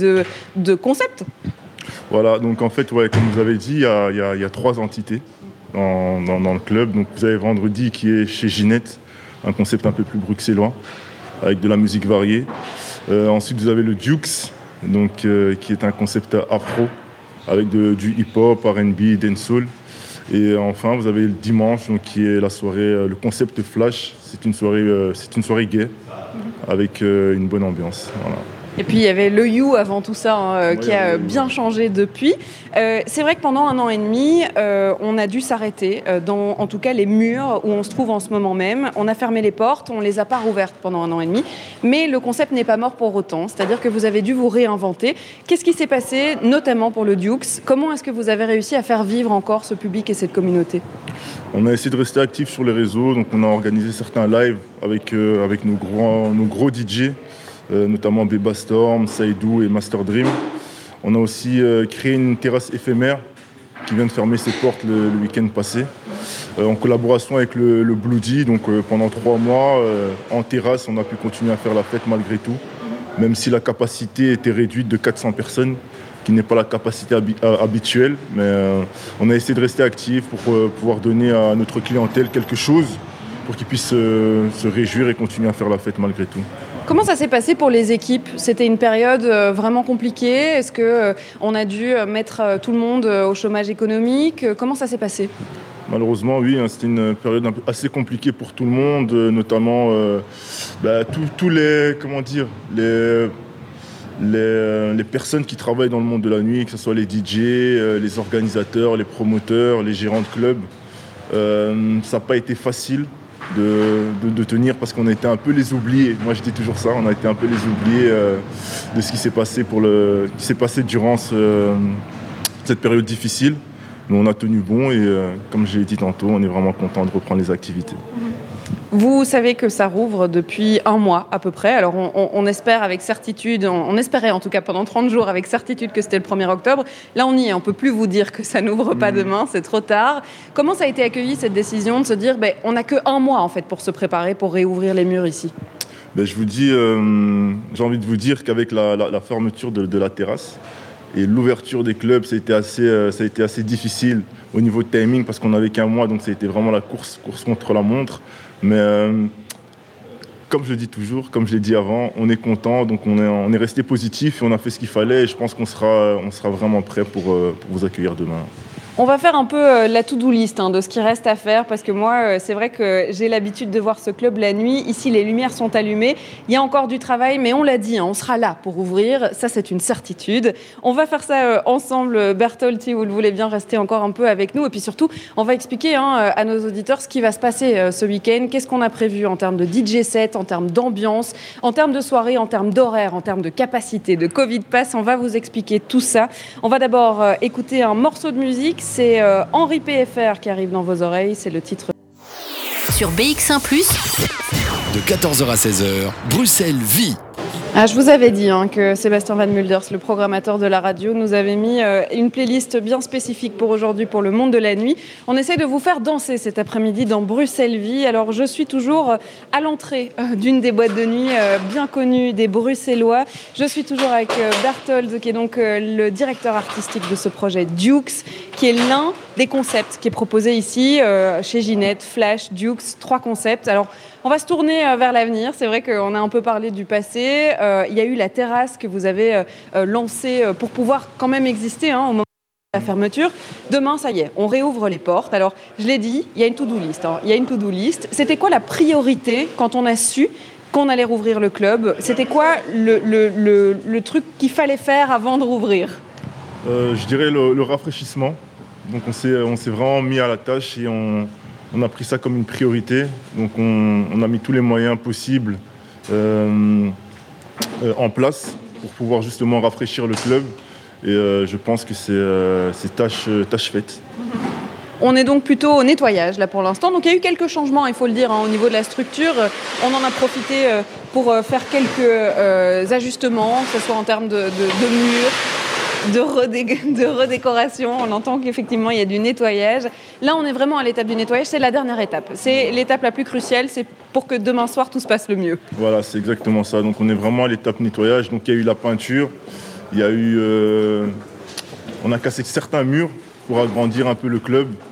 de concepts ? Voilà, donc en fait, comme vous avez dit, il y a 3 entités. dans le club. Donc vous avez Vendredi qui est chez Ginette, un concept un peu plus bruxellois, avec de la musique variée. Ensuite vous avez le Dukes, donc, qui est un concept afro, avec du hip-hop, R&B, dancehall. Et enfin vous avez le Dimanche, donc, qui est la soirée, le concept Flash. C'est une soirée gay, avec une bonne ambiance. Voilà. Et puis il y avait le You avant tout ça, qui a bien changé depuis. C'est vrai que pendant 1 an et demi, on a dû s'arrêter dans, en tout cas, les murs où on se trouve en ce moment même. On a fermé les portes, on ne les a pas rouvertes pendant 1 an et demi. Mais le concept n'est pas mort pour autant. C'est-à-dire que vous avez dû vous réinventer. Qu'est-ce qui s'est passé, notamment pour le Dukes ? Comment est-ce que vous avez réussi à faire vivre encore ce public et cette communauté ? On a essayé de rester actifs sur les réseaux. Donc on a organisé certains lives avec nos gros DJ. Notamment Beba Storm, Saïdou et Master Dream. On a aussi créé une terrasse éphémère qui vient de fermer ses portes le week-end passé, en collaboration avec le Bloody. Donc pendant 3 mois, en terrasse, on a pu continuer à faire la fête malgré tout, même si la capacité était réduite de 400 personnes, qui n'est pas la capacité habituelle. Mais on a essayé de rester actifs pour pouvoir donner à notre clientèle quelque chose pour qu'ils puissent se réjouir et continuer à faire la fête malgré tout. Comment ça s'est passé pour les équipes ? C'était une période vraiment compliquée ? Est-ce qu'on a dû mettre tout le monde au chômage économique ? Comment ça s'est passé ? Malheureusement, oui, c'était une période assez compliquée pour tout le monde, notamment tous les personnes qui travaillent dans le monde de la nuit, que ce soit les DJ, les organisateurs, les promoteurs, les gérants de clubs. Ça n'a pas été facile de tenir parce qu'on a été un peu les oubliés. Moi je dis toujours ça, on a été un peu les oubliés de ce qui s'est passé durant cette période difficile. Mais on a tenu bon et comme je l'ai dit tantôt, on est vraiment content de reprendre les activités. Vous savez que ça rouvre depuis 1 mois à peu près. Alors on espère avec certitude, on espérait en tout cas pendant 30 jours avec certitude que c'était le 1er octobre. Là on y est, on ne peut plus vous dire que ça n'ouvre pas demain, c'est trop tard. Comment ça a été accueilli cette décision de se dire on n'a que 1 mois en fait pour se préparer, pour réouvrir les murs ici ? Je vous dis, j'ai envie de vous dire qu'avec la fermeture de la terrasse et l'ouverture des clubs, ça a été assez difficile au niveau de timing parce qu'on n'avait qu'1 mois, donc ça a été vraiment la course contre la montre. Mais comme je le dis toujours, comme je l'ai dit avant, on est content, donc on est resté positif et on a fait ce qu'il fallait. Et je pense qu'on sera vraiment prêt pour vous accueillir demain. On va faire un peu la to-do list de ce qui reste à faire parce que moi, c'est vrai que j'ai l'habitude de voir ce club la nuit. Ici, les lumières sont allumées. Il y a encore du travail, mais on l'a dit, on sera là pour ouvrir. Ça, c'est une certitude. On va faire ça ensemble. Berthold, si vous le voulez bien, rester encore un peu avec nous. Et puis surtout, on va expliquer à nos auditeurs ce qui va se passer ce week-end. Qu'est-ce qu'on a prévu en termes de DJ set, en termes d'ambiance, en termes de soirée, en termes d'horaire, en termes de capacité, de Covid Pass. On va vous expliquer tout ça. On va d'abord écouter un morceau de musique. C'est Henri PFR qui arrive dans vos oreilles, c'est le titre. Sur BX1+, de 14h à 16h, Bruxelles vit. Je vous avais dit que Sébastien Van Mulders, le programmateur de la radio, nous avait mis une playlist bien spécifique pour aujourd'hui, pour le monde de la nuit. On essaie de vous faire danser cet après-midi dans Bruxelles Vie. Alors, je suis toujours à l'entrée d'une des boîtes de nuit bien connues des Bruxellois. Je suis toujours avec Berthold, qui est donc le directeur artistique de ce projet Dukes, qui est l'un des concepts qui est proposé ici chez Ginette, Flash, Dukes, 3 concepts. Alors, on va se tourner vers l'avenir. C'est vrai qu'on a un peu parlé du passé. Il y a eu la terrasse que vous avez lancée pour pouvoir quand même exister au moment de la fermeture. Demain, ça y est, on réouvre les portes. Alors, je l'ai dit, il y a une to-do list. Il y a une to-do list. C'était quoi la priorité quand on a su qu'on allait rouvrir le club ? C'était quoi le truc qu'il fallait faire avant de rouvrir ? Je dirais le rafraîchissement. Donc, on s'est vraiment mis à la tâche et on a pris ça comme une priorité, donc on a mis tous les moyens possibles en place pour pouvoir justement rafraîchir le club. Et je pense que c'est tâche faite. On est donc plutôt au nettoyage là pour l'instant. Donc il y a eu quelques changements, il faut le dire, au niveau de la structure. On en a profité pour faire quelques ajustements, que ce soit en termes de murs, de redécoration. On entend qu'effectivement il y a du nettoyage. Là on est vraiment à l'étape du nettoyage, c'est la dernière étape. C'est l'étape la plus cruciale, c'est pour que demain soir tout se passe le mieux. Voilà, c'est exactement ça. Donc on est vraiment à l'étape nettoyage. Donc il y a eu la peinture, il y a eu... on a cassé certains murs pour agrandir un peu le club.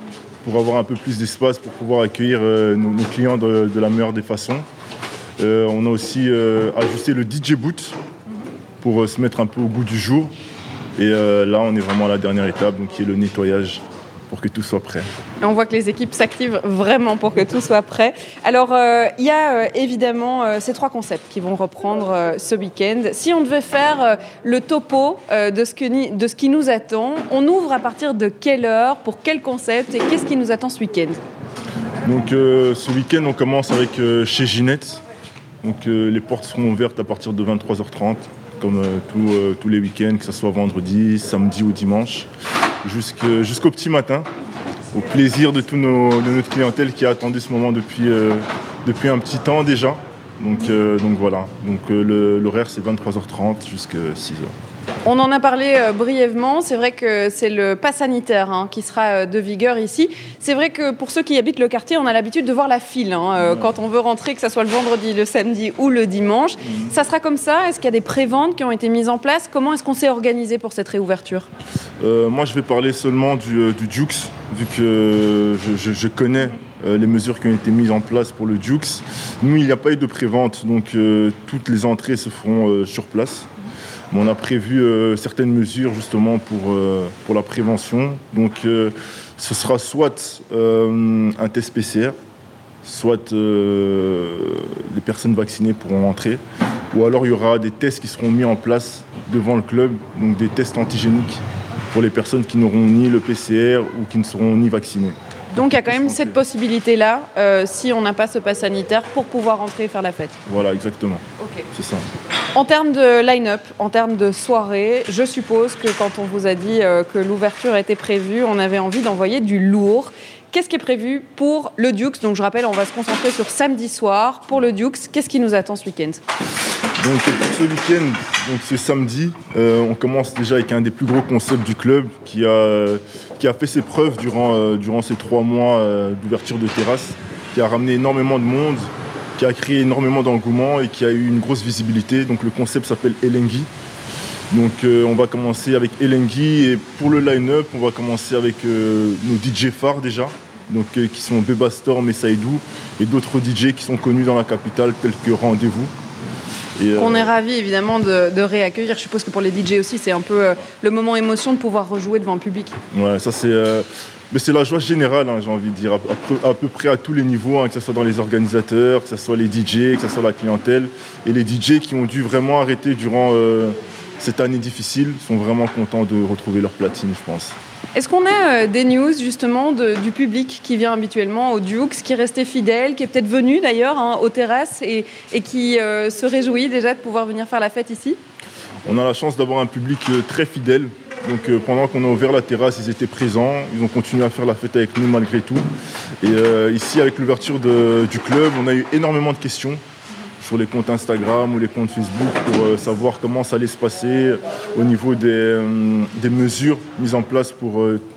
pour avoir un peu plus d'espace pour pouvoir accueillir nos clients de la meilleure des façons. On a aussi ajusté le DJ boot pour se mettre un peu au goût du jour. Et là, on est vraiment à la dernière étape, donc qui est le nettoyage pour que tout soit prêt. On voit que les équipes s'activent vraiment pour que tout soit prêt. Alors, il y a évidemment ces 3 concepts qui vont reprendre ce week-end. Si on devait faire le topo de ce qui nous attend, on ouvre à partir de quelle heure, pour quel concept et qu'est-ce qui nous attend ce week-end ? Donc, ce week-end, on commence avec chez Ginette. Donc, les portes seront ouvertes à partir de 23h30. Comme tous les week-ends, que ce soit vendredi, samedi ou dimanche, jusqu'au petit matin, au plaisir de toute notre clientèle qui a attendu ce moment depuis un petit temps déjà. Donc voilà, l'horaire c'est 23h30 jusqu'à 6h. On en a parlé brièvement, c'est vrai que c'est le pass sanitaire qui sera de vigueur ici. C'est vrai que pour ceux qui habitent le quartier, on a l'habitude de voir la file quand on veut rentrer, que ce soit le vendredi, le samedi ou le dimanche. Ça sera comme ça ? Est-ce qu'il y a des préventes qui ont été mises en place ? Comment est-ce qu'on s'est organisé pour cette réouverture ? Moi je vais parler seulement du Jux, vu que je connais les mesures qui ont été mises en place pour le Jux. Nous, il n'y a pas eu de prévente, donc toutes les entrées se feront sur place. On a prévu certaines mesures justement pour la prévention. Donc ce sera soit un test PCR, soit les personnes vaccinées pourront entrer, ou alors il y aura des tests qui seront mis en place devant le club, donc des tests antigéniques pour les personnes qui n'auront ni le PCR ou qui ne seront ni vaccinées. Donc il y a quand même cette possibilité-là, si on n'a pas ce pass sanitaire, pour pouvoir rentrer et faire la fête. Voilà, exactement. Okay. C'est ça. En termes de line-up, en termes de soirée, je suppose que quand on vous a dit que l'ouverture était prévue, on avait envie d'envoyer du lourd. Qu'est-ce qui est prévu pour le Dukes ? Donc je rappelle, on va se concentrer sur samedi soir. Pour le Dukes, qu'est-ce qui nous attend ce week-end ? Donc pour ce week-end, donc c'est samedi, on commence déjà avec un des plus gros concepts du club qui a fait ses preuves durant ces 3 mois d'ouverture de terrasse, qui a ramené énormément de monde, qui a créé énormément d'engouement et qui a eu une grosse visibilité. Donc le concept s'appelle Elengi. Donc on va commencer avec Elengi et pour le line-up, on va commencer avec nos DJ phares déjà, donc, qui sont Beba Storm et Saïdou, et d'autres DJ qui sont connus dans la capitale tels que Rendez-vous. On est ravis évidemment de réaccueillir. Je suppose que pour les DJ aussi, c'est un peu le moment émotion de pouvoir rejouer devant le public. Ouais, ça c'est... Mais c'est la joie générale, j'ai envie de dire, à peu près à tous les niveaux, que ce soit dans les organisateurs, que ce soit les DJ, que ce soit la clientèle. Et les DJ qui ont dû vraiment arrêter durant cette année difficile sont vraiment contents de retrouver leur platine, je pense. Est-ce qu'on a des news justement du public qui vient habituellement au Dukes, qui est resté fidèle, qui est peut-être venu d'ailleurs aux terrasses et qui se réjouit déjà de pouvoir venir faire la fête ici ? On a la chance d'avoir un public très fidèle. Donc pendant qu'on a ouvert la terrasse, ils étaient présents, ils ont continué à faire la fête avec nous malgré tout. Et ici, avec l'ouverture du club, on a eu énormément de questions sur les comptes Instagram ou les comptes Facebook pour savoir comment ça allait se passer au niveau des mesures mises en place pour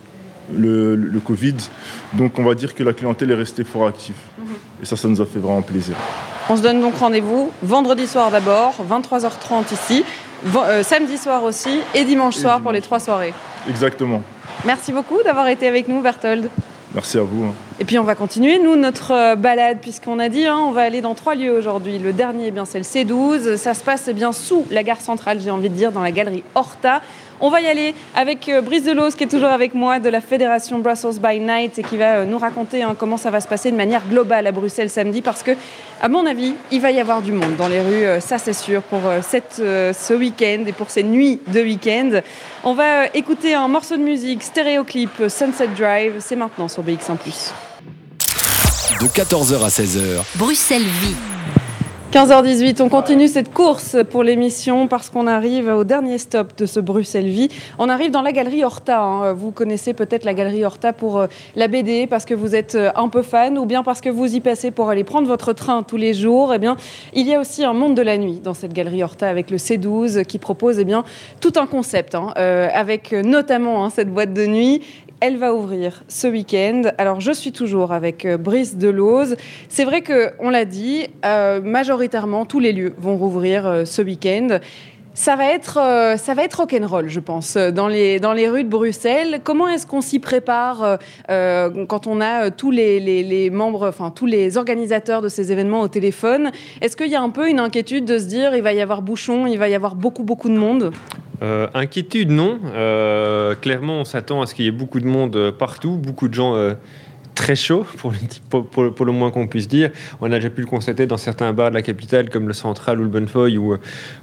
le Covid. Donc on va dire que la clientèle est restée fort active. Et ça nous a fait vraiment plaisir. On se donne donc rendez-vous vendredi soir d'abord, 23h30 ici, samedi soir aussi et dimanche soir pour les 3 soirées. Exactement. Merci beaucoup d'avoir été avec nous, Berthold. Merci à vous. Et puis on va continuer, nous, notre balade, puisqu'on a dit, on va aller dans 3 lieux aujourd'hui. Le dernier, c'est le C12. Ça se passe sous la gare centrale, j'ai envie de dire, dans la galerie Horta. On va y aller avec Brice Delose, qui est toujours avec moi, de la fédération Brussels by Night, et qui va nous raconter comment ça va se passer de manière globale à Bruxelles samedi, parce que, à mon avis, il va y avoir du monde dans les rues, ça c'est sûr, pour ce week-end et pour ces nuits de week-end. On va écouter un morceau de musique, stéréoclip, Sunset Drive, c'est maintenant sur BX1+. De 14h à 16h. Bruxelles vit. 15h18, on continue cette course pour l'émission parce qu'on arrive au dernier stop de ce Bruxelles Vie. On arrive dans la galerie Horta. Vous connaissez peut-être la galerie Horta pour la BD parce que vous êtes un peu fan ou bien parce que vous y passez pour aller prendre votre train tous les jours. Eh bien, il y a aussi un monde de la nuit dans cette galerie Horta avec le C12 qui propose tout un concept avec notamment cette boîte de nuit. Elle va ouvrir ce week-end. Alors, je suis toujours avec Brice Delose. C'est vrai qu'on l'a dit, majoritairement, tous les lieux vont rouvrir ce week-end. Ça va être rock'n'roll, je pense, dans les rues de Bruxelles. Comment est-ce qu'on s'y prépare quand on a tous les membres, enfin tous les organisateurs de ces événements au téléphone? Est-ce qu'il y a un peu une inquiétude de se dire il va y avoir bouchon, il va y avoir beaucoup de monde? Inquiétude, non. Clairement, on s'attend à ce qu'il y ait beaucoup de monde partout, beaucoup de gens très chauds, pour le moins qu'on puisse dire. On a déjà pu le constater dans certains bars de la capitale, comme le Central ou le Bonnefoy, où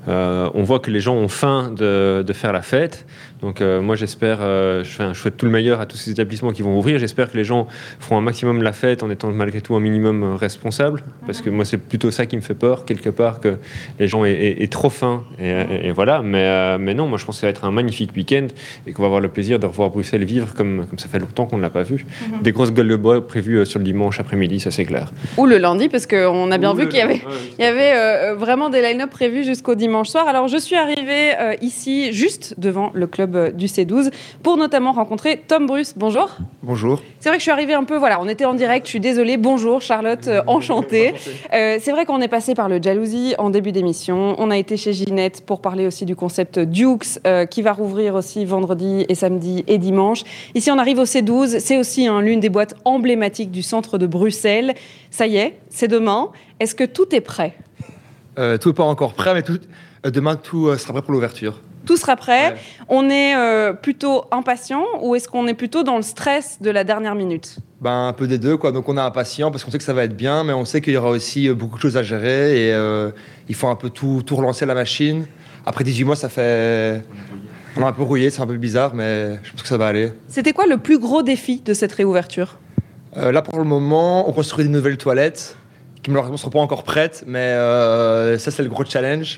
on voit que les gens ont faim de faire la fête. Donc moi, j'espère, je souhaite tout le meilleur à tous ces établissements qui vont ouvrir. J'espère que les gens feront un maximum la fête en étant malgré tout un minimum responsable, parce que moi, c'est plutôt ça qui me fait peur, quelque part, que les gens aient trop faim. Et voilà. Mais non, moi, je pense que ça va être un magnifique week-end et qu'on va avoir le plaisir de revoir Bruxelles vivre comme ça fait longtemps qu'on ne l'a pas vu. Des grosses gueules de bois prévues sur le dimanche après-midi, ça c'est clair. Ou le lundi, parce qu'on a bien vu qu'il y avait vraiment des line-up prévus jusqu'au dimanche soir. Alors, je suis arrivée ici, juste devant le club du C12, pour notamment rencontrer Tom Bruce. Bonjour. Bonjour. C'est vrai que je suis arrivée un peu, on était en direct, je suis désolée. Bonjour Charlotte, enchantée. C'est vrai qu'on est passé par le Jalousie en début d'émission. On a été chez Ginette pour parler aussi du concept Dukes, qui va rouvrir aussi vendredi et samedi et dimanche. Ici, on arrive au C12. C'est aussi l'une des boîtes emblématiques du centre de Bruxelles. Ça y est, c'est demain. Est-ce que tout est prêt? Tout n'est pas encore prêt, mais demain, tout sera prêt pour l'ouverture. Tout sera prêt. Ouais. On est plutôt impatient ou est-ce qu'on est plutôt dans le stress de la dernière minute? Un peu des deux, quoi. Donc on est impatient parce qu'on sait que ça va être bien, mais on sait qu'il y aura aussi beaucoup de choses à gérer et il faut un peu tout relancer la machine. Après 18 mois, ça fait... On est un peu rouillé, c'est un peu bizarre, mais je pense que ça va aller. C'était quoi le plus gros défi de cette réouverture? Là, pour le moment, on construit des nouvelles toilettes qui malheureusement ne seront pas encore prêtes, mais ça, c'est le gros challenge.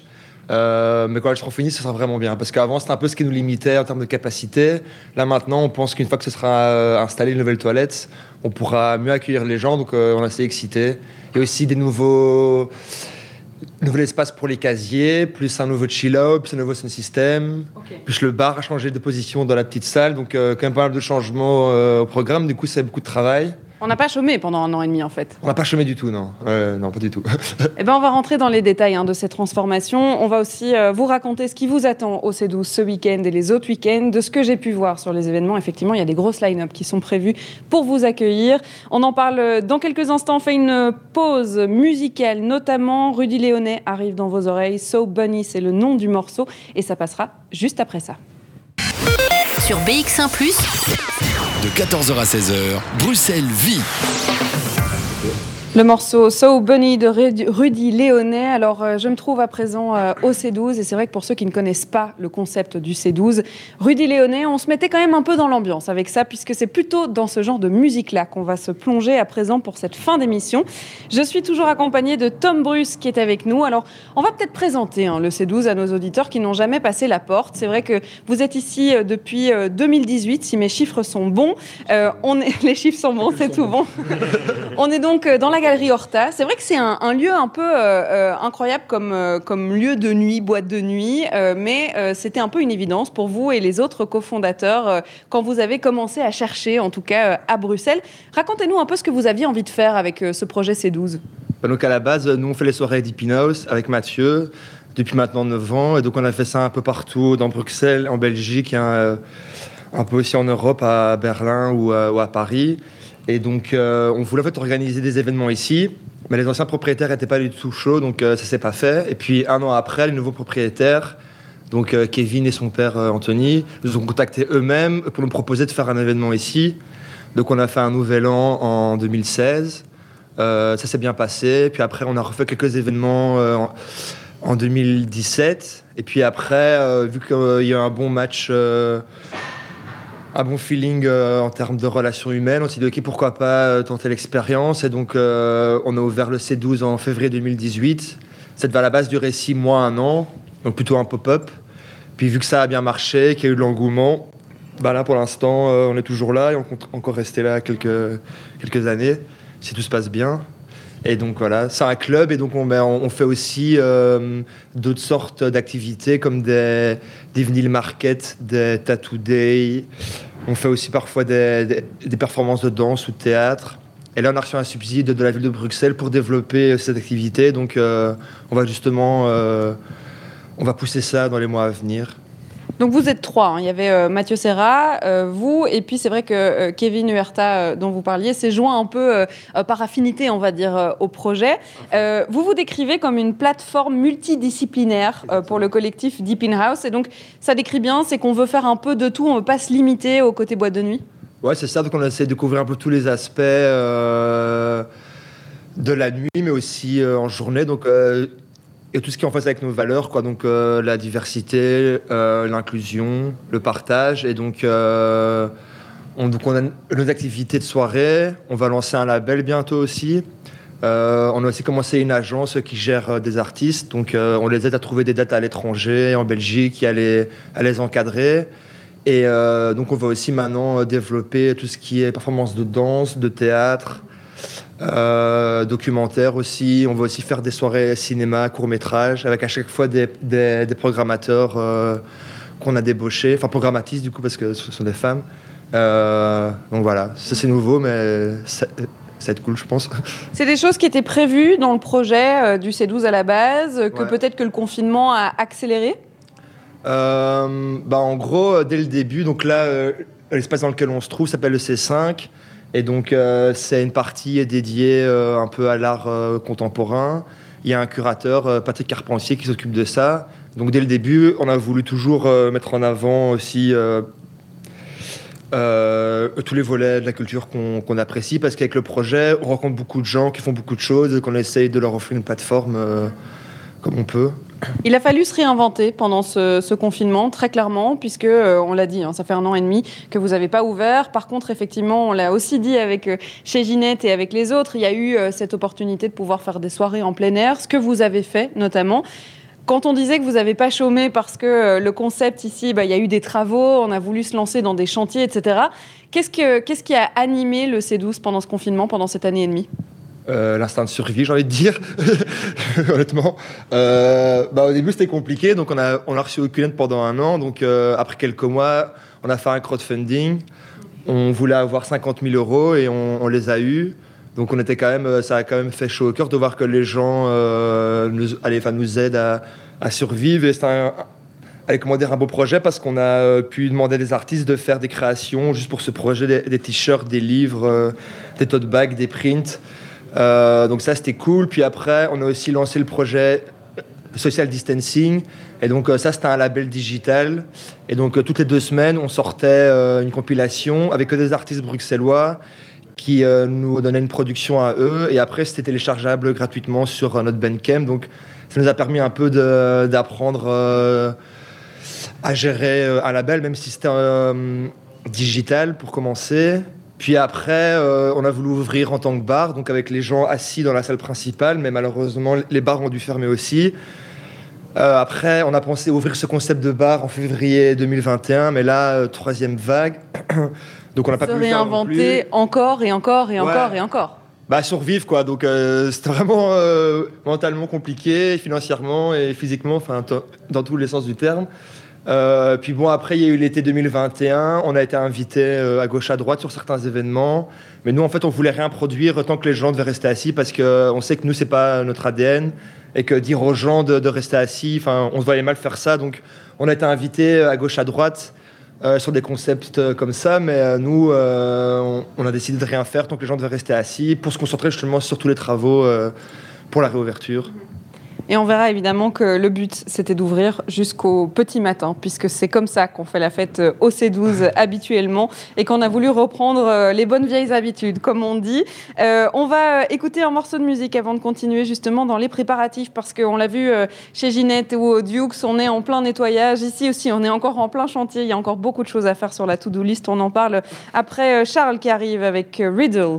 Mais quand elles seront finies, ce sera vraiment bien. Parce qu'avant, c'était un peu ce qui nous limitait en termes de capacité. Là, maintenant, on pense qu'une fois que ce sera installé une nouvelle toilette, on pourra mieux accueillir les gens. Donc, on est assez excités. Il y a aussi des nouveaux espaces pour les casiers, plus un nouveau chill-out, plus un nouveau sound system. Okay. Plus le bar a changé de position dans la petite salle. Donc, quand même pas mal de changements au programme. Du coup, c'est beaucoup de travail. On n'a pas chômé pendant 1 an et demi, en fait. On n'a pas chômé du tout, non. Non, pas du tout. Eh ben, on va rentrer dans les détails de ces transformations. On va aussi vous raconter ce qui vous attend au C12 ce week-end et les autres week-ends. De ce que j'ai pu voir sur les événements, effectivement, il y a des grosses line-up qui sont prévues pour vous accueillir. On en parle dans quelques instants. On fait une pause musicale, notamment Rudy Léonet arrive dans vos oreilles. So Bunny, c'est le nom du morceau. Et ça passera juste après ça. Sur BX1+. De 14h à 16h, Bruxelles vit. Le morceau So Bunny de Rudy Léonet. Alors, je me trouve à présent au C12 et c'est vrai que pour ceux qui ne connaissent pas le concept du C12, Rudy Léonet, on se mettait quand même un peu dans l'ambiance avec ça puisque c'est plutôt dans ce genre de musique-là qu'on va se plonger à présent pour cette fin d'émission. Je suis toujours accompagnée de Tom Bruce qui est avec nous. Alors, on va peut-être présenter le C12 à nos auditeurs qui n'ont jamais passé la porte. C'est vrai que vous êtes ici depuis 2018, si mes chiffres sont bons. Les chiffres sont bons, c'est tout bon. On est donc dans la Galerie Horta. C'est vrai que c'est un lieu un peu incroyable comme lieu de nuit, boîte de nuit, mais c'était un peu une évidence pour vous et les autres cofondateurs quand vous avez commencé à chercher, en tout cas à Bruxelles. Racontez-nous un peu ce que vous aviez envie de faire avec ce projet C12. Donc à la base, nous on fait les soirées Deep House avec Mathieu depuis maintenant 9 ans, et donc on a fait ça un peu partout dans Bruxelles, en Belgique, et un peu aussi en Europe, à Berlin ou à Paris. Et donc, on voulait en fait organiser des événements ici, mais les anciens propriétaires n'étaient pas du tout chauds, donc ça ne s'est pas fait. Et puis, 1 an après, les nouveaux propriétaires, donc Kevin et son père Anthony, nous ont contactés eux-mêmes pour nous proposer de faire un événement ici. Donc, on a fait un nouvel an en 2016. Ça s'est bien passé. Puis après, on a refait quelques événements en 2017. Et puis après, vu qu'il y a un bon match... un bon feeling en termes de relations humaines. On s'est dit, OK, pourquoi pas tenter l'expérience. Et donc, on a ouvert le C12 en février 2018. Ça devait à la base durer 6 mois, 1 an, donc plutôt un pop-up. Puis, vu que ça a bien marché, qu'il y a eu de l'engouement, là, pour l'instant, on est toujours là et on compte encore rester là quelques années, si tout se passe bien. Et donc, voilà, c'est un club et donc on fait aussi d'autres sortes d'activités comme des vinyl market, des tattoo day. On fait aussi parfois des performances de danse ou de théâtre. Et là, on a reçu un subside de la ville de Bruxelles pour développer cette activité. Donc, on va justement on va pousser ça dans les mois à venir. Donc vous êtes 3, hein. Il y avait Mathieu Serra, vous, et puis c'est vrai que Kevin Huerta, dont vous parliez, s'est joint un peu par affinité, on va dire, au projet. Vous vous décrivez comme une plateforme multidisciplinaire pour le collectif Deep In House, et donc ça décrit bien, c'est qu'on veut faire un peu de tout, on ne veut pas se limiter au côté boîte de nuit. Ouais, c'est ça, donc on essaie de couvrir un peu tous les aspects de la nuit, mais aussi en journée, donc... et tout ce qui est en phase avec nos valeurs, quoi. Donc la diversité, l'inclusion, le partage. Et donc, on a nos activités de soirée. On va lancer un label bientôt aussi. On a aussi commencé une agence qui gère des artistes. Donc on les aide à trouver des dates à l'étranger, en Belgique, et à les encadrer. Et donc on va aussi maintenant développer tout ce qui est performance de danse, de théâtre, documentaire aussi. On va aussi faire des soirées cinéma, court-métrage, avec à chaque fois des programmateurs qu'on a débauchés, enfin programmatistes du coup parce que ce sont des femmes. Donc voilà, ça c'est nouveau, mais ça va être cool, je pense. C'est des choses qui étaient prévues dans le projet du C12 à la base, que peut-être que le confinement a accéléré. En gros, dès le début, donc là, l'espace dans lequel on se trouve s'appelle le C5. Et donc, c'est une partie dédiée un peu à l'art contemporain. Il y a un curateur, Patrick Carpentier, qui s'occupe de ça. Donc, dès le début, on a voulu toujours mettre en avant aussi tous les volets de la culture qu'on apprécie, parce qu'avec le projet, on rencontre beaucoup de gens qui font beaucoup de choses et qu'on essaye de leur offrir une plateforme comme on peut. Il a fallu se réinventer pendant ce confinement, très clairement, puisque, on l'a dit, hein, ça fait 1 an et demi que vous n'avez pas ouvert. Par contre, effectivement, on l'a aussi dit chez Ginette et avec les autres, il y a eu cette opportunité de pouvoir faire des soirées en plein air, ce que vous avez fait notamment. Quand on disait que vous n'avez pas chômé parce que le concept ici, il y a eu des travaux, on a voulu se lancer dans des chantiers, etc. Qu'est-ce qui a animé le C12 pendant ce confinement, pendant cette année et demie ? L'instinct de survie, j'ai envie de dire, honnêtement. Au début, c'était compliqué, donc on a reçu aucune aide pendant 1 an. Donc après quelques mois, on a fait un crowdfunding. On voulait avoir 50 000 € et on les a eus. Donc ça a quand même fait chaud au cœur de voir que les gens nous aident à survivre. Et c'est un beau projet parce qu'on a pu demander à des artistes de faire des créations juste pour ce projet, des t-shirts, des livres, des tote bags, des prints. Donc ça c'était cool. Puis après on a aussi lancé le projet Social Distancing, et donc ça c'était un label digital, et donc toutes les 2 semaines on sortait une compilation avec des artistes bruxellois qui nous donnaient une production à eux, et après c'était téléchargeable gratuitement sur notre Bandcamp. Donc ça nous a permis un peu d'apprendre à gérer un label, même si c'était digital pour commencer. Puis après, on a voulu ouvrir en tant que bar, donc avec les gens assis dans la salle principale, mais malheureusement, les bars ont dû fermer aussi. Après, on a pensé ouvrir ce concept de bar en février 2021, mais là, 3e vague. Donc on n'a pas pu le faire non plus. Réinventer encore et encore et encore et encore. Survivre, quoi. Donc c'était vraiment mentalement compliqué, financièrement et physiquement, dans tous les sens du terme. Puis bon, après il y a eu l'été 2021, on a été invité à gauche à droite sur certains événements, mais nous en fait on voulait rien produire tant que les gens devaient rester assis, parce qu'on sait que nous c'est pas notre ADN, et que dire aux gens de rester assis, on se voyait mal faire ça. Donc on a été invité à gauche à droite sur des concepts comme ça, mais nous on a décidé de rien faire tant que les gens devaient rester assis, pour se concentrer justement sur tous les travaux pour la réouverture. Et on verra évidemment que le but, c'était d'ouvrir jusqu'au petit matin, puisque c'est comme ça qu'on fait la fête au C12 habituellement, et qu'on a voulu reprendre les bonnes vieilles habitudes, comme on dit. On va écouter un morceau de musique avant de continuer justement dans les préparatifs, parce qu'on l'a vu chez Ginette ou au Dukes, on est en plein nettoyage. Ici aussi, on est encore en plein chantier. Il y a encore beaucoup de choses à faire sur la to-do list. On en parle après Charles qui arrive avec Riddle.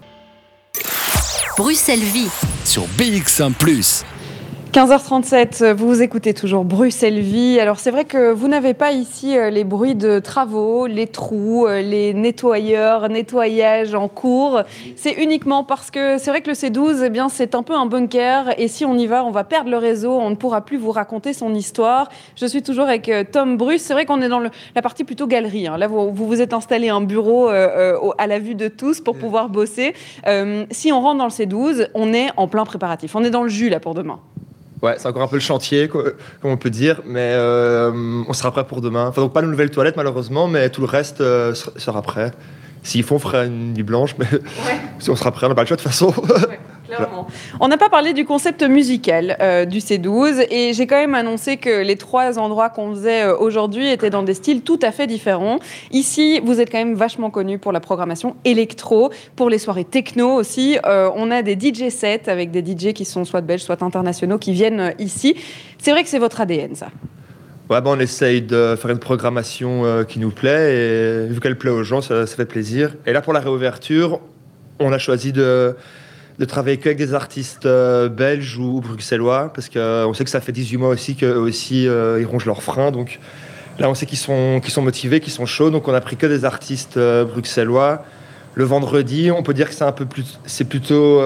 Bruxelles Vie sur BX1+. 15h37, vous écoutez toujours Bruxelles Vie. Alors c'est vrai que vous n'avez pas ici les bruits de travaux, les trous, les nettoyages en cours. C'est uniquement parce que c'est vrai que le C12, c'est un peu un bunker, et si on y va, on va perdre le réseau, on ne pourra plus vous raconter son histoire. Je suis toujours avec Tom Bruce. C'est vrai qu'on est dans la partie plutôt galerie. Là, vous vous êtes installé un bureau à la vue de tous pour pouvoir bosser. Si on rentre dans le C12, on est en plein préparatif. On est dans le jus là pour demain. Ouais, c'est encore un peu le chantier, comme on peut dire, mais on sera prêt pour demain. Enfin, donc pas de nouvelles toilettes malheureusement, mais tout le reste sera prêt. S'il faut, on fera une nuit blanche, mais si on sera prêt, on n'a pas le choix de toute façon. Ouais, clairement. On n'a pas parlé du concept musical du C12 et j'ai quand même annoncé que les 3 endroits qu'on faisait aujourd'hui étaient dans des styles tout à fait différents. Ici, vous êtes quand même vachement connus pour la programmation électro, pour les soirées techno aussi. On a des DJ sets avec des DJ qui sont soit belges, soit internationaux qui viennent ici. C'est vrai que c'est votre ADN, ça. Ouais, on essaye de faire une programmation qui nous plaît et vu qu'elle plaît aux gens, ça fait plaisir. Et là, pour la réouverture, on a choisi de travailler qu'avec des artistes belges ou bruxellois parce qu'on sait que ça fait 18 mois aussi qu'eux aussi ils rongent leurs freins. Donc là, on sait qu'ils sont motivés, qu'ils sont chauds. Donc on a pris que des artistes bruxellois. Le vendredi, on peut dire que c'est plutôt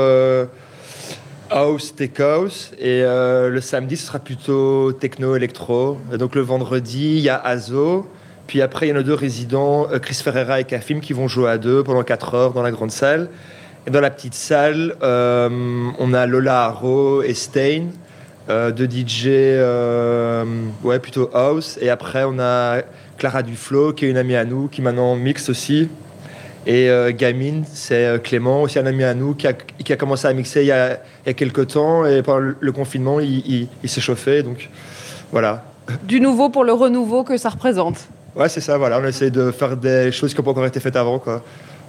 house, tech house, et le samedi ce sera plutôt techno, électro. Et donc le vendredi il y a Azo, puis après il y a nos 2 résidents, Chris Ferreira et Kafim, qui vont jouer à 2 pendant 4 heures dans la grande salle. Et dans la petite salle on a Lola Haro et Stain, 2 DJ plutôt house. Et après on a Clara Duflo qui est une amie à nous qui maintenant mixe aussi. Et Gamine, c'est Clément, aussi un ami à nous, qui a commencé à mixer il y a quelques temps. Et pendant le confinement, il s'est chauffé. Donc voilà. Du nouveau pour le renouveau que ça représente. Ouais, c'est ça, voilà. On essaie de faire des choses qui n'ont pas encore été faites avant, quoi.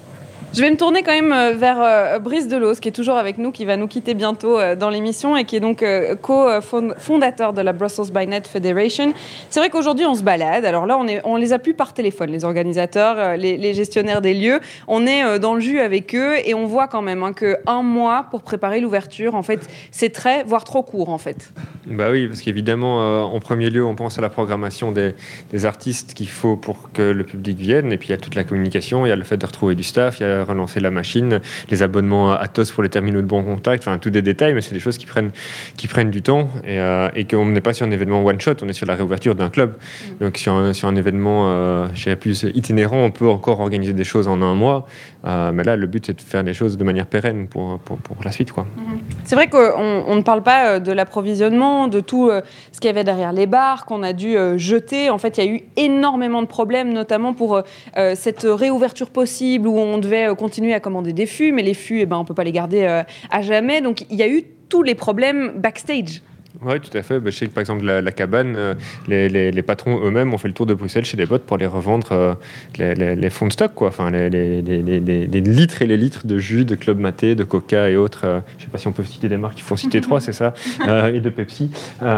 Je vais me tourner quand même vers Brice Delos, qui est toujours avec nous, qui va nous quitter bientôt dans l'émission et qui est donc co-fondateur de la Brussels by Net Federation. C'est vrai qu'aujourd'hui, on se balade. Alors là, on les a plus par téléphone, les organisateurs, les gestionnaires des lieux. On est dans le jus avec eux et on voit quand même qu'un mois pour préparer l'ouverture, en fait, c'est très, voire trop court, en fait. Bah oui, parce qu'évidemment, en premier lieu, on pense à la programmation des artistes qu'il faut pour que le public vienne. Et puis, il y a toute la communication, il y a le fait de retrouver du staff, il y a relancer la machine, les abonnements à Atos pour les terminaux de bon contact, enfin, tous des détails, mais c'est des choses qui prennent du temps et qu'on n'est pas sur un événement one-shot, on est sur la réouverture d'un club. Donc, sur un événement, je dirais plus itinérant, on peut encore organiser des choses en un mois. Mais là, le but, c'est de faire des choses de manière pérenne pour la suite, quoi. C'est vrai qu'on ne parle pas de l'approvisionnement, de tout ce qu'il y avait derrière les bars, qu'on a dû jeter. En fait, il y a eu énormément de problèmes, notamment pour cette réouverture possible où on devait continuer à commander des fûts, mais les fûts, on ne peut pas les garder à jamais. Donc, il y a eu tous les problèmes backstage. Oui, tout à fait. Je sais que par exemple, la cabane, les patrons eux-mêmes ont fait le tour de Bruxelles chez des potes pour les revendre les fonds de stock, quoi. Enfin, les litres et les litres de jus, de Club Maté, de Coca et autres. Je ne sais pas si on peut citer des marques, il faut en citer 3, c'est ça, et de Pepsi,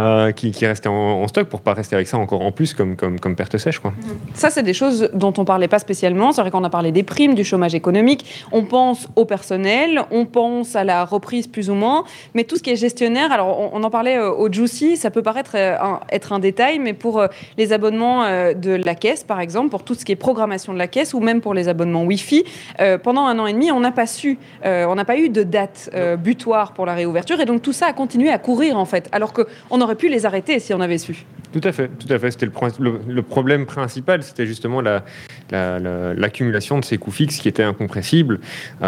qui restaient en stock pour ne pas rester avec ça encore en plus comme perte sèche, quoi. Ça, c'est des choses dont on ne parlait pas spécialement. C'est vrai qu'on a parlé des primes, du chômage économique. On pense au personnel, on pense à la reprise plus ou moins. Mais tout ce qui est gestionnaire, alors on en parlait au Juicy, ça peut paraître être un détail, mais pour les abonnements de la caisse, par exemple, pour tout ce qui est programmation de la caisse, ou même pour les abonnements Wi-Fi, pendant 1 an et demi, on n'a pas eu de date butoir pour la réouverture, et donc tout ça a continué à courir, en fait, alors qu'on aurait pu les arrêter si on avait su. Tout à fait. C'était le problème principal, c'était justement l'accumulation de ces coûts fixes qui étaient incompressibles,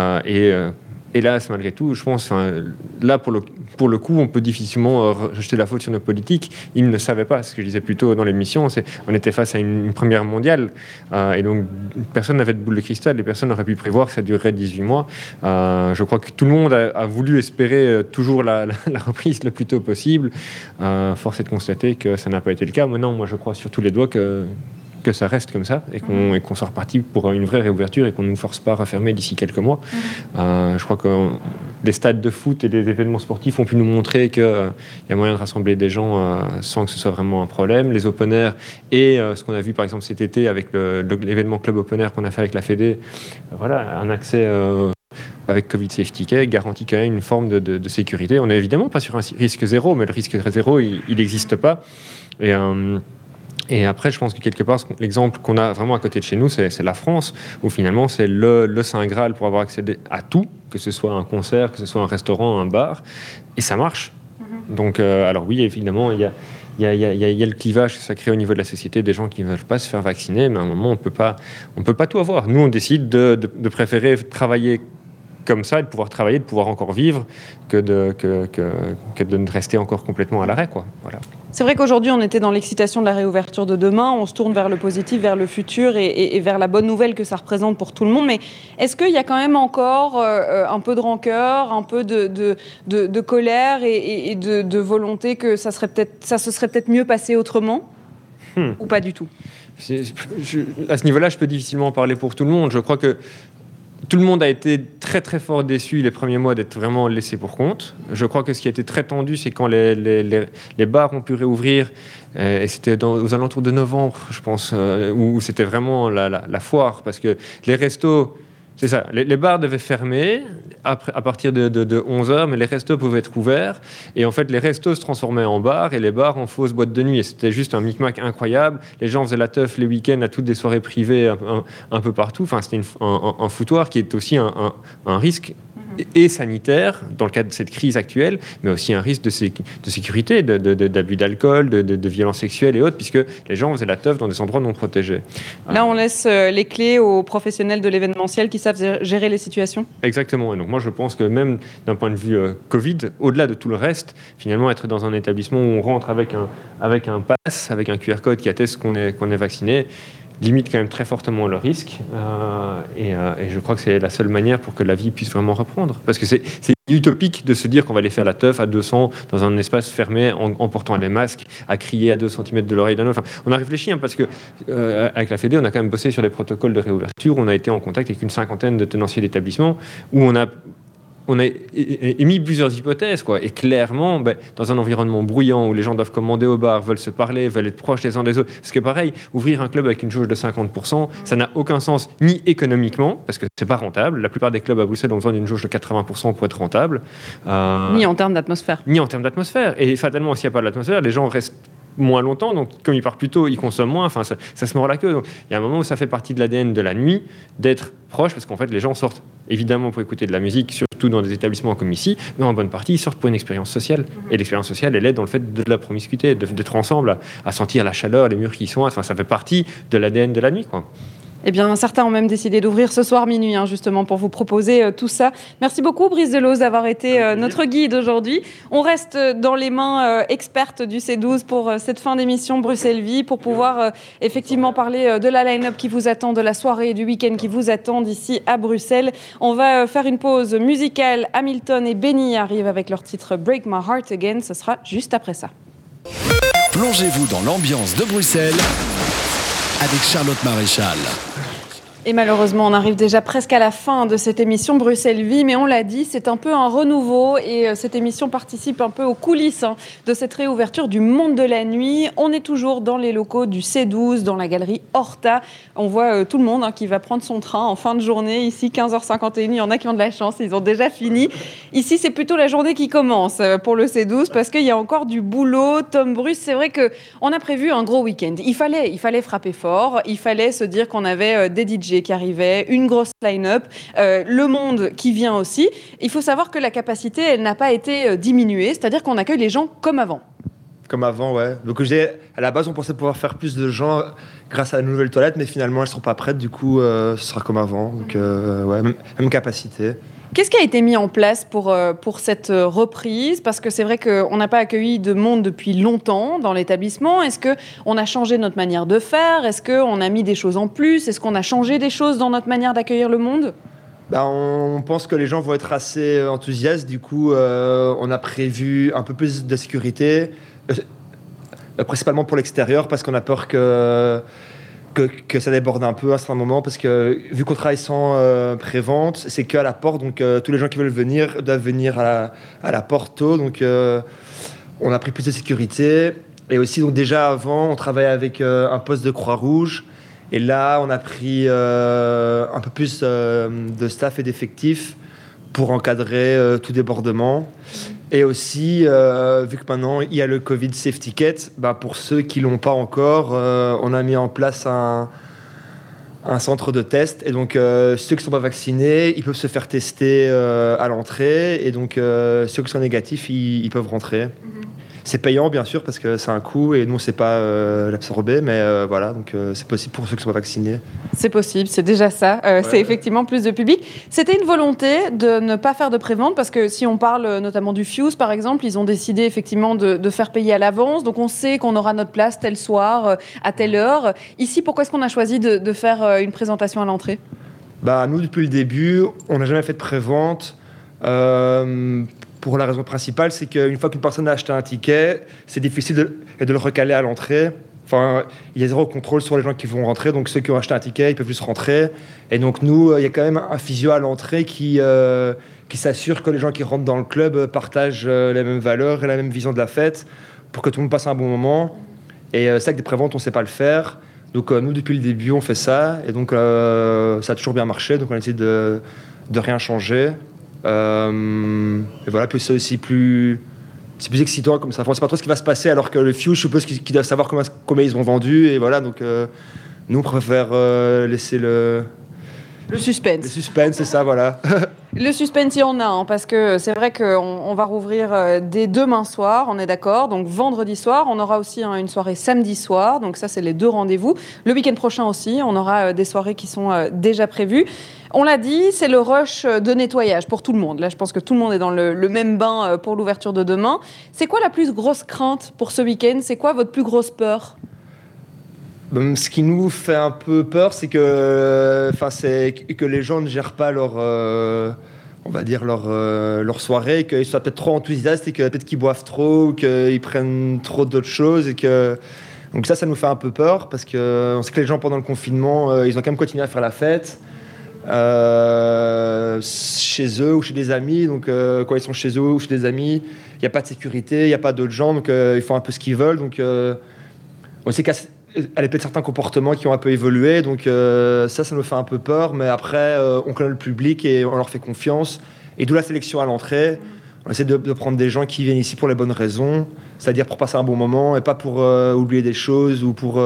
hélas, malgré tout, je pense, là, pour le coup, on peut difficilement jeter la faute sur nos politiques. Ils ne savaient pas, ce que je disais plus tôt dans l'émission, on était face à une première mondiale, et donc personne n'avait de boule de cristal, et personne n'aurait pu prévoir que ça durerait 18 mois. Je crois que tout le monde a voulu espérer toujours la reprise le plus tôt possible. Force est de constater que ça n'a pas été le cas. Maintenant, moi, je crois sur tous les doigts que ça reste comme ça et qu'on soit reparti pour une vraie réouverture et qu'on ne nous force pas à refermer d'ici quelques mois. Je crois que des stades de foot et des événements sportifs ont pu nous montrer qu'il y a moyen de rassembler des gens sans que ce soit vraiment un problème. Les open air et ce qu'on a vu par exemple cet été avec l'événement Club Open Air qu'on a fait avec la Fédé, un accès avec Covid Safety Key garantit quand même une forme de sécurité. On n'est évidemment pas sur un risque zéro, mais le risque zéro, il n'existe pas. Et après, je pense que quelque part, l'exemple qu'on a vraiment à côté de chez nous, c'est la France, où finalement, c'est le Saint Graal pour avoir accès à tout, que ce soit un concert, que ce soit un restaurant, un bar, et ça marche. Donc, alors oui, évidemment, il y a le clivage que ça crée au niveau de la société, des gens qui ne veulent pas se faire vacciner, mais à un moment, on peut pas tout avoir. Nous, on décide de préférer travailler comme ça et de pouvoir travailler, de pouvoir encore vivre que de rester encore complètement à l'arrêt, quoi. Voilà. C'est vrai qu'aujourd'hui, on était dans l'excitation de la réouverture de demain. On se tourne vers le positif, vers le futur et vers la bonne nouvelle que ça représente pour tout le monde. Mais est-ce qu'il y a quand même encore un peu de rancœur, un peu de colère et de volonté que ça se serait peut-être mieux passé autrement ou pas du tout? À ce niveau-là, je peux difficilement en parler pour tout le monde. Je crois que tout le monde a été très très fort déçu les premiers mois d'être vraiment laissé pour compte. Je crois que ce qui a été très tendu, c'est quand les bars ont pu réouvrir, et c'était aux alentours de novembre, je pense, où c'était vraiment la foire, parce que les restos, c'est ça, les bars devaient fermer à partir de 11h, mais les restos pouvaient être ouverts. Et en fait, les restos se transformaient en bars et les bars en fausses boîtes de nuit. Et c'était juste un micmac incroyable. Les gens faisaient la teuf les week-ends à toutes des soirées privées un peu partout. Enfin, c'était un foutoir qui est aussi un risque et sanitaire dans le cadre de cette crise actuelle, mais aussi un risque de sécurité, d'abus d'alcool, de violences sexuelles et autres, puisque les gens faisaient la teuf dans des endroits non protégés. Là, on laisse les clés aux professionnels de l'événementiel qui savent gérer les situations. Exactement. Et donc moi, je pense que même d'un point de vue Covid, au-delà de tout le reste, finalement, être dans un établissement où on rentre avec un pass, avec un QR code qui atteste qu'on est vacciné, limite quand même très fortement le risque. Et je crois que c'est la seule manière pour que la vie puisse vraiment reprendre. Parce que c'est utopique de se dire qu'on va aller faire la teuf à 200 dans un espace fermé en portant les masques, à crier à 2 cm de l'oreille d'un autre. Enfin, on a réfléchi parce que avec la Fédé, on a quand même bossé sur les protocoles de réouverture. On a été en contact avec une cinquantaine de tenanciers d'établissements où on a émis plusieurs hypothèses, quoi. Et clairement, dans un environnement bruyant où les gens doivent commander au bar, veulent se parler, veulent être proches les uns des autres, parce que pareil, ouvrir un club avec une jauge de 50%, ça n'a aucun sens, ni économiquement, parce que c'est pas rentable. La plupart des clubs à Bruxelles ont besoin d'une jauge de 80% pour être rentable. Ni en termes d'atmosphère. Ni en termes d'atmosphère. Et fatalement, s'il n'y a pas d'atmosphère, les gens restent moins longtemps, donc comme ils partent plus tôt, ils consomment moins, enfin ça se mord la queue. Donc il y a un moment où ça fait partie de l'ADN de la nuit d'être proche, parce qu'en fait les gens sortent évidemment pour écouter de la musique, surtout dans des établissements comme ici, mais en bonne partie ils sortent pour une expérience sociale. Et l'expérience sociale, elle est dans le fait de la promiscuité, d'être ensemble, à sentir la chaleur, les murs qui sont, enfin ça fait partie de l'ADN de la nuit, quoi. Eh bien, certains ont même décidé d'ouvrir ce soir minuit, justement, pour vous proposer tout ça. Merci beaucoup, Brice Delose, d'avoir été notre guide aujourd'hui. On reste dans les mains expertes du C12 pour cette fin d'émission Bruxelles Vie, pour pouvoir effectivement parler de la line-up qui vous attend, de la soirée et du week-end qui vous attendent ici à Bruxelles. On va faire une pause musicale. Hamilton et Benny arrivent avec leur titre Break My Heart Again. Ce sera juste après ça. Plongez-vous dans l'ambiance de Bruxelles avec Charlotte Maréchal. Et malheureusement, on arrive déjà presque à la fin de cette émission Bruxelles Vie, mais on l'a dit, c'est un peu un renouveau et cette émission participe un peu aux coulisses de cette réouverture du monde de la nuit. On est toujours dans les locaux du C12, dans la galerie Horta. On voit tout le monde qui va prendre son train en fin de journée. Ici, 15h51, il y en a qui ont de la chance, ils ont déjà fini. Ici, c'est plutôt la journée qui commence pour le C12 parce qu'il y a encore du boulot. Tom Bruce, c'est vrai qu'on a prévu un gros week-end. Il fallait frapper fort, il fallait se dire qu'on avait des DJ qui arrivait, une grosse line-up, le monde qui vient aussi. Il faut savoir que la capacité, elle n'a pas été diminuée, c'est-à-dire qu'on accueille les gens comme avant. Comme avant, ouais. Donc à la base, on pensait pouvoir faire plus de gens grâce à la nouvelle toilette, mais finalement, elles ne seront pas prêtes, du coup, ce sera comme avant. Donc, ouais, même capacité. Qu'est-ce qui a été mis en place pour cette reprise ? Parce que c'est vrai qu'on n'a pas accueilli de monde depuis longtemps dans l'établissement. Est-ce qu'on a changé notre manière de faire ? Est-ce qu'on a mis des choses en plus ? Est-ce qu'on a changé des choses dans notre manière d'accueillir le monde ? On pense que les gens vont être assez enthousiastes. Du coup, on a prévu un peu plus de sécurité, principalement pour l'extérieur, parce qu'on a peur que ça déborde un peu à certains moments, parce que vu qu'on travaille sans prévente, c'est qu'à la porte, donc tous les gens qui veulent venir doivent venir à la porte tôt, donc on a pris plus de sécurité. Et aussi, donc déjà avant, on travaillait avec un poste de Croix-Rouge, et là on a pris un peu plus de staff et d'effectifs pour encadrer tout débordement. Et aussi, vu que maintenant il y a le Covid Safety Kit, pour ceux qui ne l'ont pas encore, on a mis en place un centre de test. Et donc, ceux qui ne sont pas vaccinés, ils peuvent se faire tester à l'entrée. Et donc, ceux qui sont négatifs, ils peuvent rentrer. C'est payant, bien sûr, parce que c'est un coût et nous, on ne sait pas l'absorber. Mais voilà, donc c'est possible pour ceux qui sont vaccinés. C'est possible, c'est déjà ça. C'est effectivement plus de public. C'était une volonté de ne pas faire de prévente parce que si on parle notamment du Fuse, par exemple, ils ont décidé effectivement de faire payer à l'avance. Donc on sait qu'on aura notre place tel soir, à telle heure. Ici, pourquoi est-ce qu'on a choisi de faire une présentation à l'entrée ? Nous, depuis le début, on n'a jamais fait de prévente. Pour la raison principale, c'est qu'une fois qu'une personne a acheté un ticket, c'est difficile de le recaler à l'entrée. Enfin, il y a zéro contrôle sur les gens qui vont rentrer, donc ceux qui ont acheté un ticket, ils peuvent juste rentrer. Et donc nous, il y a quand même un physio à l'entrée qui s'assure que les gens qui rentrent dans le club partagent les mêmes valeurs et la même vision de la fête pour que tout le monde passe un bon moment. Et c'est vrai que des préventes, on ne sait pas le faire. Donc nous, depuis le début, on fait ça. Et donc ça a toujours bien marché, donc on a essayé de rien changer. Et voilà, puis c'est aussi plus excitant comme ça. Enfin, on ne sait pas trop ce qui va se passer, alors que le Fuse, je suppose qu'ils doivent savoir combien ils ont vendu. Et voilà, donc nous, on préfère laisser le suspense. Le suspense, c'est ça, voilà. Le suspense, il y en a, parce que c'est vrai qu'on va rouvrir dès demain soir, on est d'accord. Donc vendredi soir, on aura aussi une soirée samedi soir. Donc ça, c'est les 2 rendez-vous. Le week-end prochain aussi, on aura des soirées qui sont déjà prévues. On l'a dit, c'est le rush de nettoyage pour tout le monde. Là, je pense que tout le monde est dans le même bain pour l'ouverture de demain. C'est quoi la plus grosse crainte pour ce week-end ? C'est quoi votre plus grosse peur ? Ce qui nous fait un peu peur, c'est que les gens ne gèrent pas leur soirée, qu'ils soient peut-être trop enthousiastes et que peut-être qu'ils boivent trop ou qu'ils prennent trop d'autres choses. Donc ça nous fait un peu peur parce qu'on sait que les gens, pendant le confinement, ils ont quand même continué à faire la fête. Chez eux ou chez des amis, donc quand ils sont chez eux ou chez des amis, il n'y a pas de sécurité, il n'y a pas d'autres gens, donc ils font un peu ce qu'ils veulent. Donc on sait qu'elle a peut-être certains comportements qui ont un peu évolué, donc ça nous fait un peu peur, mais après on connaît le public et on leur fait confiance, et d'où la sélection à l'entrée. On essaie de prendre des gens qui viennent ici pour les bonnes raisons, c'est-à-dire pour passer un bon moment et pas pour oublier des choses ou pour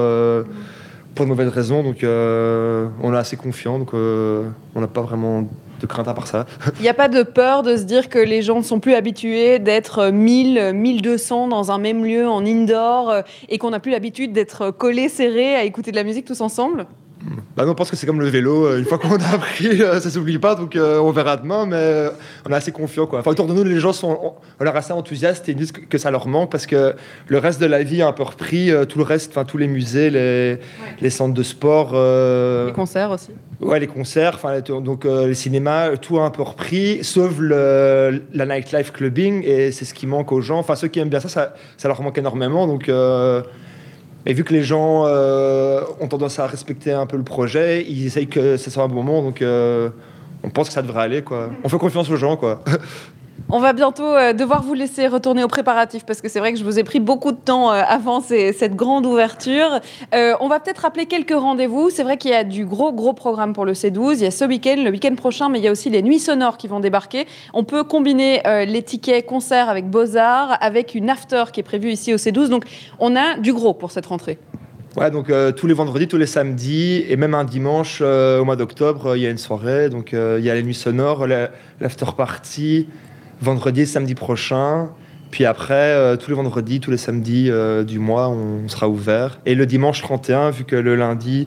de mauvaises raisons. Donc on est assez confiant, donc on n'a pas vraiment de crainte à part ça. Il n'y a pas de peur de se dire que les gens ne sont plus habitués d'être 1000, 1200 dans un même lieu en indoor et qu'on n'a plus l'habitude d'être collés, serrés, à écouter de la musique tous ensemble ? Non, on pense que c'est comme le vélo, une fois qu'on a appris, ça s'oublie pas, donc on verra demain, mais on est assez confiants, quoi. Enfin, autour de nous, les gens ont l'air assez enthousiastes et ils disent que ça leur manque parce que le reste de la vie a un peu repris, tout le reste, tous les musées, les centres de sport. Les concerts aussi. Ouais, les concerts, donc les cinémas, tout a un peu repris, sauf la nightlife clubbing, et c'est ce qui manque aux gens. Enfin, ceux qui aiment bien ça leur manque énormément, donc... Et vu que les gens ont tendance à respecter un peu le projet, ils essayent que ça soit un bon moment, donc on pense que ça devrait aller, quoi. On fait confiance aux gens, quoi. On va bientôt devoir vous laisser retourner aux préparatifs parce que c'est vrai que je vous ai pris beaucoup de temps avant cette grande ouverture. On va peut-être rappeler quelques rendez-vous. C'est vrai qu'il y a du gros programme pour le C12. Il y a ce week-end, le week-end prochain, mais il y a aussi les nuits sonores qui vont débarquer. On peut combiner les tickets concerts avec Beaux-Arts, avec une after qui est prévue ici au C12. Donc on a du gros pour cette rentrée. Ouais, donc tous les vendredis, tous les samedis et même un dimanche au mois d'octobre, il y a une soirée. Donc il y a les nuits sonores, l'after party, vendredi et samedi prochain. Puis après, tous les vendredis, tous les samedis du mois, on sera ouvert. Et le dimanche 31, vu que le lundi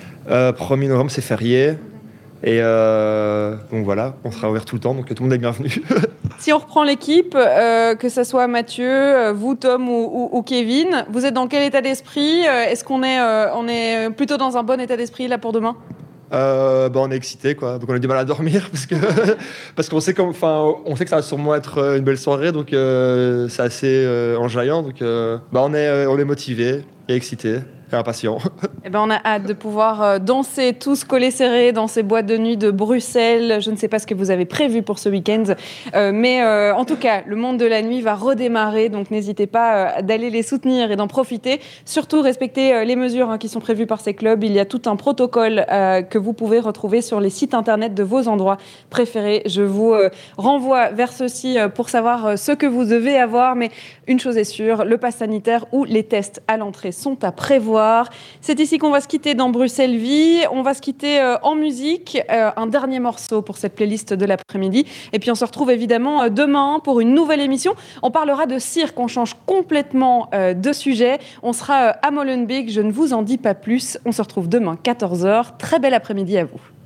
1er novembre, c'est férié. Et donc voilà, on sera ouvert tout le temps, donc tout le monde est bienvenu. Si on reprend l'équipe, que ce soit Mathieu, vous, Tom ou Kevin, vous êtes dans quel état d'esprit ? Est-ce qu'on est plutôt dans un bon état d'esprit là pour demain ? On est excité, quoi. Donc on a du mal à dormir parce qu'on sait on sait que ça va sûrement être une belle soirée, donc c'est assez enjaillant. Donc on est motivé et excité et impatient. On a hâte de pouvoir danser tous collés serrés dans ces boîtes de nuit de Bruxelles. Je ne sais pas ce que vous avez prévu pour ce week-end, mais en tout cas, le monde de la nuit va redémarrer, donc n'hésitez pas d'aller les soutenir et d'en profiter. Surtout, respectez les mesures qui sont prévues par ces clubs. Il y a tout un protocole que vous pouvez retrouver sur les sites internet de vos endroits préférés. Je vous renvoie vers ceux-ci pour savoir ce que vous devez avoir, mais une chose est sûre, le pass sanitaire ou les tests à l'entrée sont à prévoir. soir. C'est ici qu'on va se quitter dans Bruxelles Vie. On va se quitter en musique. Un dernier morceau pour cette playlist de l'après-midi. Et puis on se retrouve évidemment demain pour une nouvelle émission. On parlera de cirque. On change complètement de sujet. On sera à Molenbeek. Je ne vous en dis pas plus. On se retrouve demain 14h. Très bel après-midi à vous.